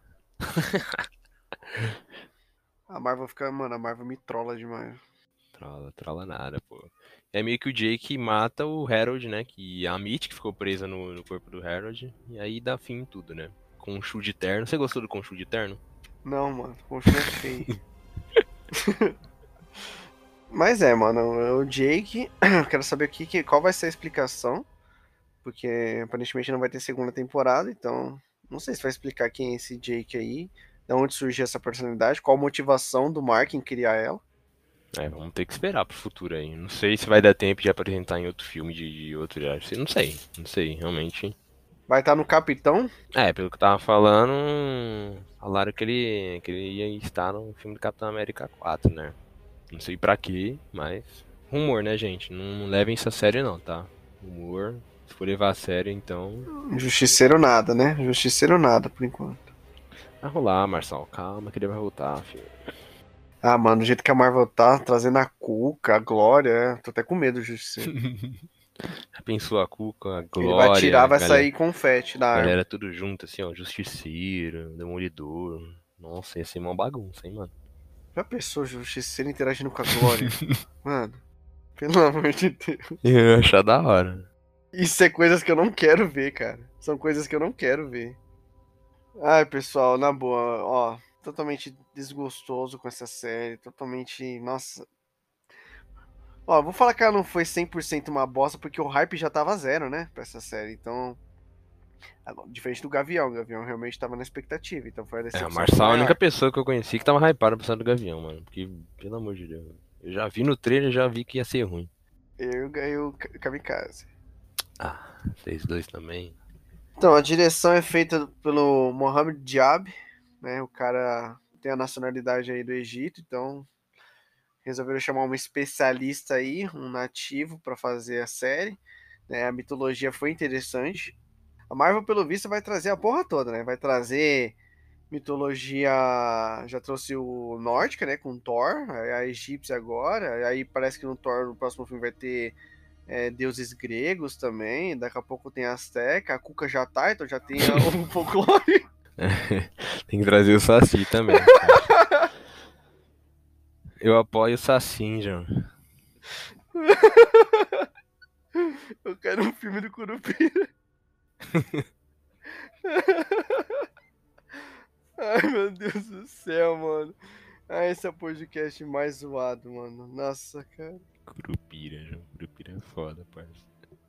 A Marvel fica, mano, a Marvel me trola demais. Trola nada, pô. É meio que o Jake mata o Harold, né? Que a Mitch que ficou presa no corpo do Harold. E aí dá fim em tudo, né? Com um Khonshu de terno. Você gostou do Khonshu de terno? Não, mano, o Khonshu é feio. Mas é, mano, o Jake, eu quero saber qual vai ser a explicação, porque aparentemente não vai ter segunda temporada, então não sei se vai explicar quem é esse Jake aí, de onde surgiu essa personalidade, qual a motivação do Mark em criar ela. É, vamos ter que esperar pro futuro aí. Não sei se vai dar tempo de apresentar em outro filme de outro já. Não sei, realmente. Vai estar no Capitão? É, pelo que eu tava falando, falaram que ele ia estar no filme do Capitão América 4, né? Não sei pra quê, mas. Rumor, né, gente? Não levem isso a sério, não, tá? Rumor. Se for levar a sério, então. Justiceiro nada, né? Justiceiro nada, por enquanto. Vai rolar, Marçal. Calma que ele vai voltar, filho. Ah, mano, do jeito que a Marvel tá trazendo a Cuca, a Glória, tô até com medo do Justiceiro. Já pensou a Cuca, a Ele vai Glória, atirar, vai galera, sair confete da arma. galera tudo junto, assim, ó. Justiceiro, Demolidor. Nossa, ia ser uma bagunça, hein, mano. Já pensou o Justiceiro interagindo com a Glória? Mano, pelo amor de Deus. Eu ia achar da hora. Isso é coisas que eu não quero ver, cara. São coisas que eu não quero ver. Ai, pessoal, na boa, ó, totalmente desgostoso com essa série, totalmente, nossa. Ó, vou falar que ela não foi 100% uma bosta, porque o hype já tava zero, né, pra essa série, então... Diferente do Gavião, o Gavião realmente tava na expectativa, então foi a É, o decepção foi Marçal é a única maior. pessoa que eu conheci que tava hypada pra do Gavião, mano. Porque, pelo amor de Deus. Eu já vi no trailer, já vi que ia ser ruim. Eu ganhei o Kamikaze. Ah, vocês dois também. Então, a direção é feita pelo Mohamed Diab, né, o cara tem a nacionalidade aí do Egito, então resolveram chamar um especialista aí, um nativo, para fazer a série. Né? A mitologia foi interessante. A Marvel, pelo visto, vai trazer a porra toda, né? Vai trazer mitologia. Já trouxe o nórdica, né? Com Thor, a egípcia agora. Aí parece que no Thor, no próximo filme, vai ter deuses gregos também. Daqui a pouco tem a Azteca. A Cuca já tá, então já tem o folclore. Tem que trazer o Saci também. Eu apoio o Saci, João. Eu quero um filme do Curupira. Ai, meu Deus do céu, mano. Ah, esse é o podcast mais zoado, mano. Nossa, cara. Curupira, João. Curupira é foda, parça.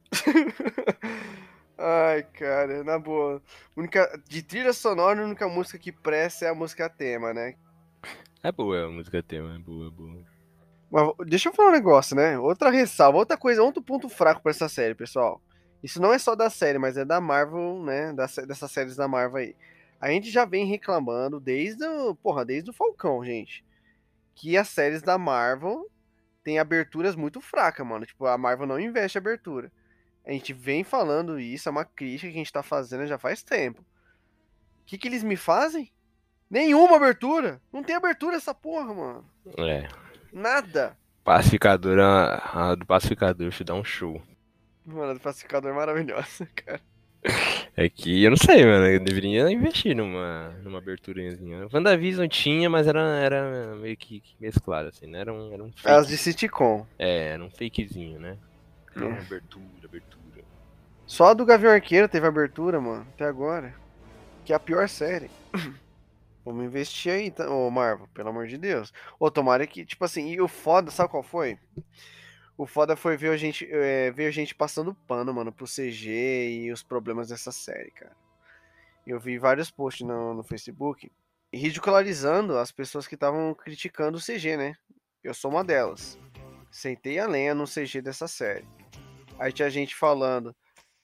Ai, cara, na boa. De trilha sonora, a única música que presta é a música tema, né? É boa a música tema, é boa, é boa. Mas deixa eu falar um negócio, né? Outra ressalva, outra coisa, outro ponto fraco pra essa série, pessoal. Isso não é só da série, mas é da Marvel, né? Dessas séries da Marvel aí. A gente já vem reclamando desde o Falcão, gente. Que as séries da Marvel têm aberturas muito fracas, mano. Tipo, a Marvel não investe abertura. A gente vem falando isso, é uma crítica que a gente tá fazendo já faz tempo. O que eles me fazem? Nenhuma abertura! Não tem abertura essa porra, mano. É. Nada! Pacificador, a do Pacificador te dá um show. Mano, do Pacificador é maravilhosa, cara. É que eu não sei, mano. Eu deveria investir numa aberturazinha. WandaVision tinha, mas era meio que mesclado, assim, né? Era um As de fake. sitcom. Era um fakezinho, né? Não, É. abertura. Só a do Gavião Arqueiro teve abertura, mano, até agora. Que é a pior série. Vamos investir aí, ô Marvel, pelo amor de Deus. Ô, tomara que, tipo assim, e o foda, sabe qual foi? O foda foi ver a gente passando pano, mano, pro CG e os problemas dessa série, cara. Eu vi vários posts no Facebook ridicularizando as pessoas que estavam criticando o CG, né? Eu sou uma delas. Sentei a lenha no CG dessa série. Aí tinha gente falando,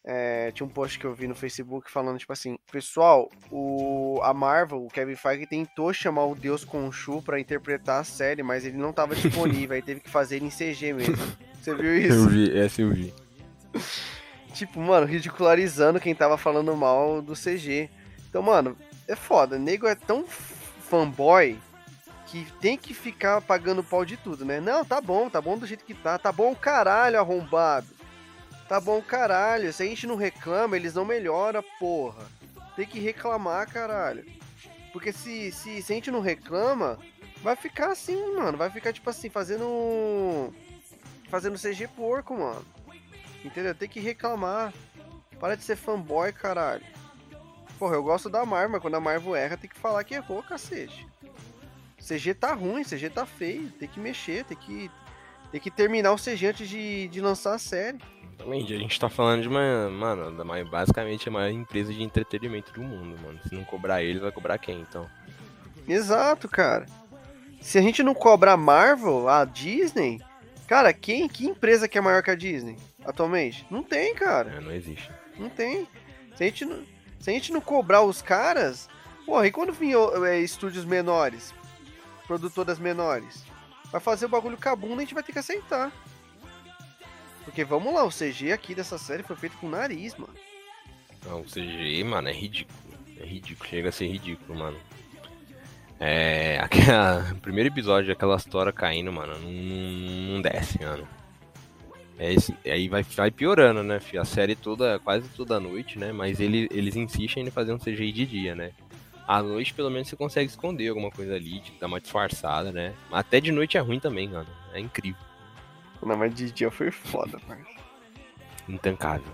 tinha um post que eu vi no Facebook falando, tipo assim, pessoal, a Marvel, o Kevin Feige tentou chamar o Deus Khonshu pra interpretar a série, mas ele não tava disponível, aí teve que fazer ele em CG mesmo. Você viu isso? Eu vi, essa eu vi. Tipo, mano, ridicularizando quem tava falando mal do CG. Então, mano, é foda. Nego é tão fanboy que tem que ficar pagando pau de tudo, né? Não, tá bom do jeito que tá. Tá bom caralho, arrombado. Tá bom caralho. Se a gente não reclama, eles não melhoram, porra. Tem que reclamar, caralho. Porque se a gente não reclama, vai ficar assim, mano. Vai ficar, tipo assim, fazendo CG porco, mano. Entendeu? Tem que reclamar. Para de ser fanboy, caralho. Porra, eu gosto da Marvel, mas quando a Marvel erra, tem que falar que errou, cacete. CG tá ruim, CG tá feio. Tem que mexer, tem que terminar o CG antes de lançar a série. Exatamente, a gente tá falando de basicamente a maior empresa de entretenimento do mundo, mano. Se não cobrar eles, vai cobrar quem, então? Exato, cara. Se a gente não cobra a Marvel, a Disney, cara, que empresa que é maior que a Disney atualmente? Não tem, cara. Não existe. Não tem. Se a gente não cobrar os caras, porra, e quando vir estúdios menores, produtoras menores, vai fazer o bagulho com a bunda, a gente vai ter que aceitar. Porque vamos lá, o CG aqui dessa série foi feito com nariz, mano. Não, o CG, mano, é ridículo. É ridículo, chega a ser ridículo, mano. O primeiro episódio daquela história caindo, mano, não desce, mano. Aí vai piorando, né, filho? A série toda, quase toda noite, né? Mas eles insistem em fazer um CGI de dia, né? À noite, pelo menos, você consegue esconder alguma coisa ali, tipo, dar uma disfarçada, né? Até de noite é ruim também, mano. É incrível. Não, mas de dia foi foda, mano. Intancável.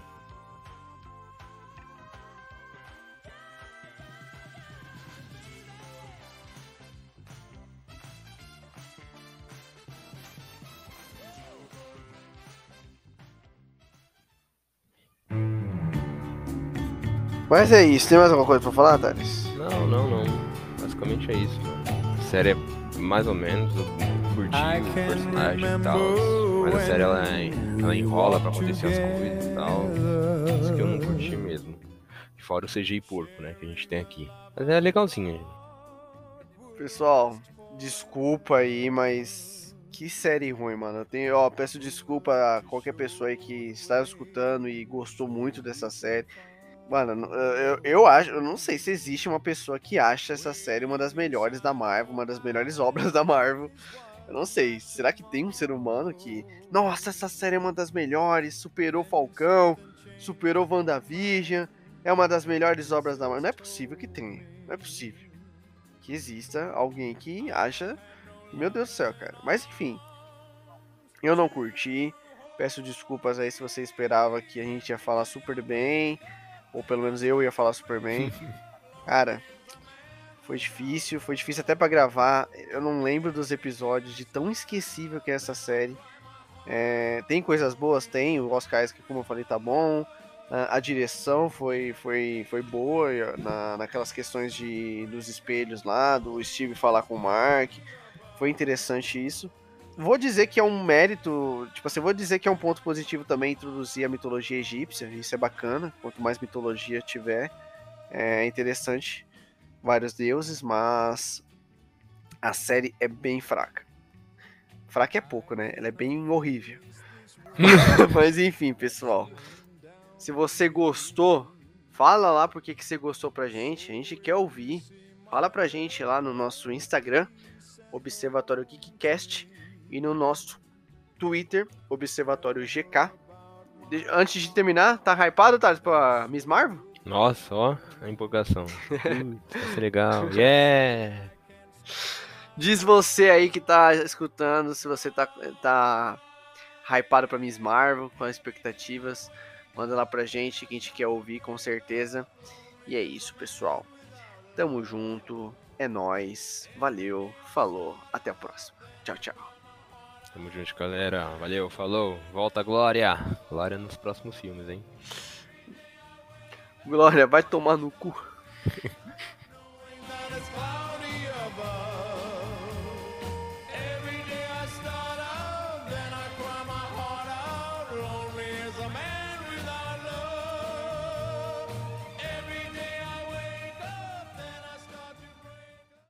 Mas é isso, tem mais alguma coisa pra falar, Thales? Não. Basicamente é isso, mano. A série é mais ou menos, eu curti o personagem e tal. Mas a série ela enrola pra acontecer as coisas e tal. Isso que eu não curti mesmo. Fora o CGI porco, né, que a gente tem aqui. Mas é legalzinho, gente. Pessoal, desculpa aí, mas que série ruim, mano. Peço desculpa a qualquer pessoa aí que está escutando e gostou muito dessa série. Mano, eu acho, eu não sei se existe uma pessoa que acha essa série uma das melhores da Marvel, uma das melhores obras da Marvel. Eu não sei, será que tem um ser humano que, nossa, essa série é uma das melhores, superou Falcão, superou WandaVision, é uma das melhores obras da Marvel? Não é possível que tenha, não é possível que exista alguém que acha, meu Deus do céu, cara. Mas enfim, eu não curti, peço desculpas aí se você esperava que a gente ia falar super bem, ou pelo menos eu ia falar super bem. Cara, foi difícil até pra gravar. Eu não lembro dos episódios de tão esquecível que é essa série. Tem coisas boas, tem. O Oscar Isaac, como eu falei, tá bom. A direção foi boa naquelas questões dos espelhos lá, do Steve falar com o Mark. Foi interessante isso. Vou dizer que é um mérito, tipo assim, vou dizer que é um ponto positivo também introduzir a mitologia egípcia, isso é bacana, quanto mais mitologia tiver, é interessante, vários deuses, mas a série é bem fraca. Fraca é pouco, né? Ela é bem horrível. Mas enfim, pessoal, se você gostou, fala lá porque que você gostou pra gente, a gente quer ouvir, fala pra gente lá no nosso Instagram, Observatório Geekcast, e no nosso Twitter, Observatório GK. Antes de terminar, tá hypado, Thales, pra Miss Marvel? Nossa, ó, a empolgação. Vai ser legal. Yeah! Diz você aí que tá escutando, se você tá hypado pra Miss Marvel, com as expectativas. Manda lá pra gente, que a gente quer ouvir, com certeza. E é isso, pessoal. Tamo junto, é nóis, valeu, falou, até a próxima. Tchau, tchau. Tamo junto, galera. Valeu, falou. Volta, Glória. Glória nos próximos filmes, hein? Glória, vai tomar no cu.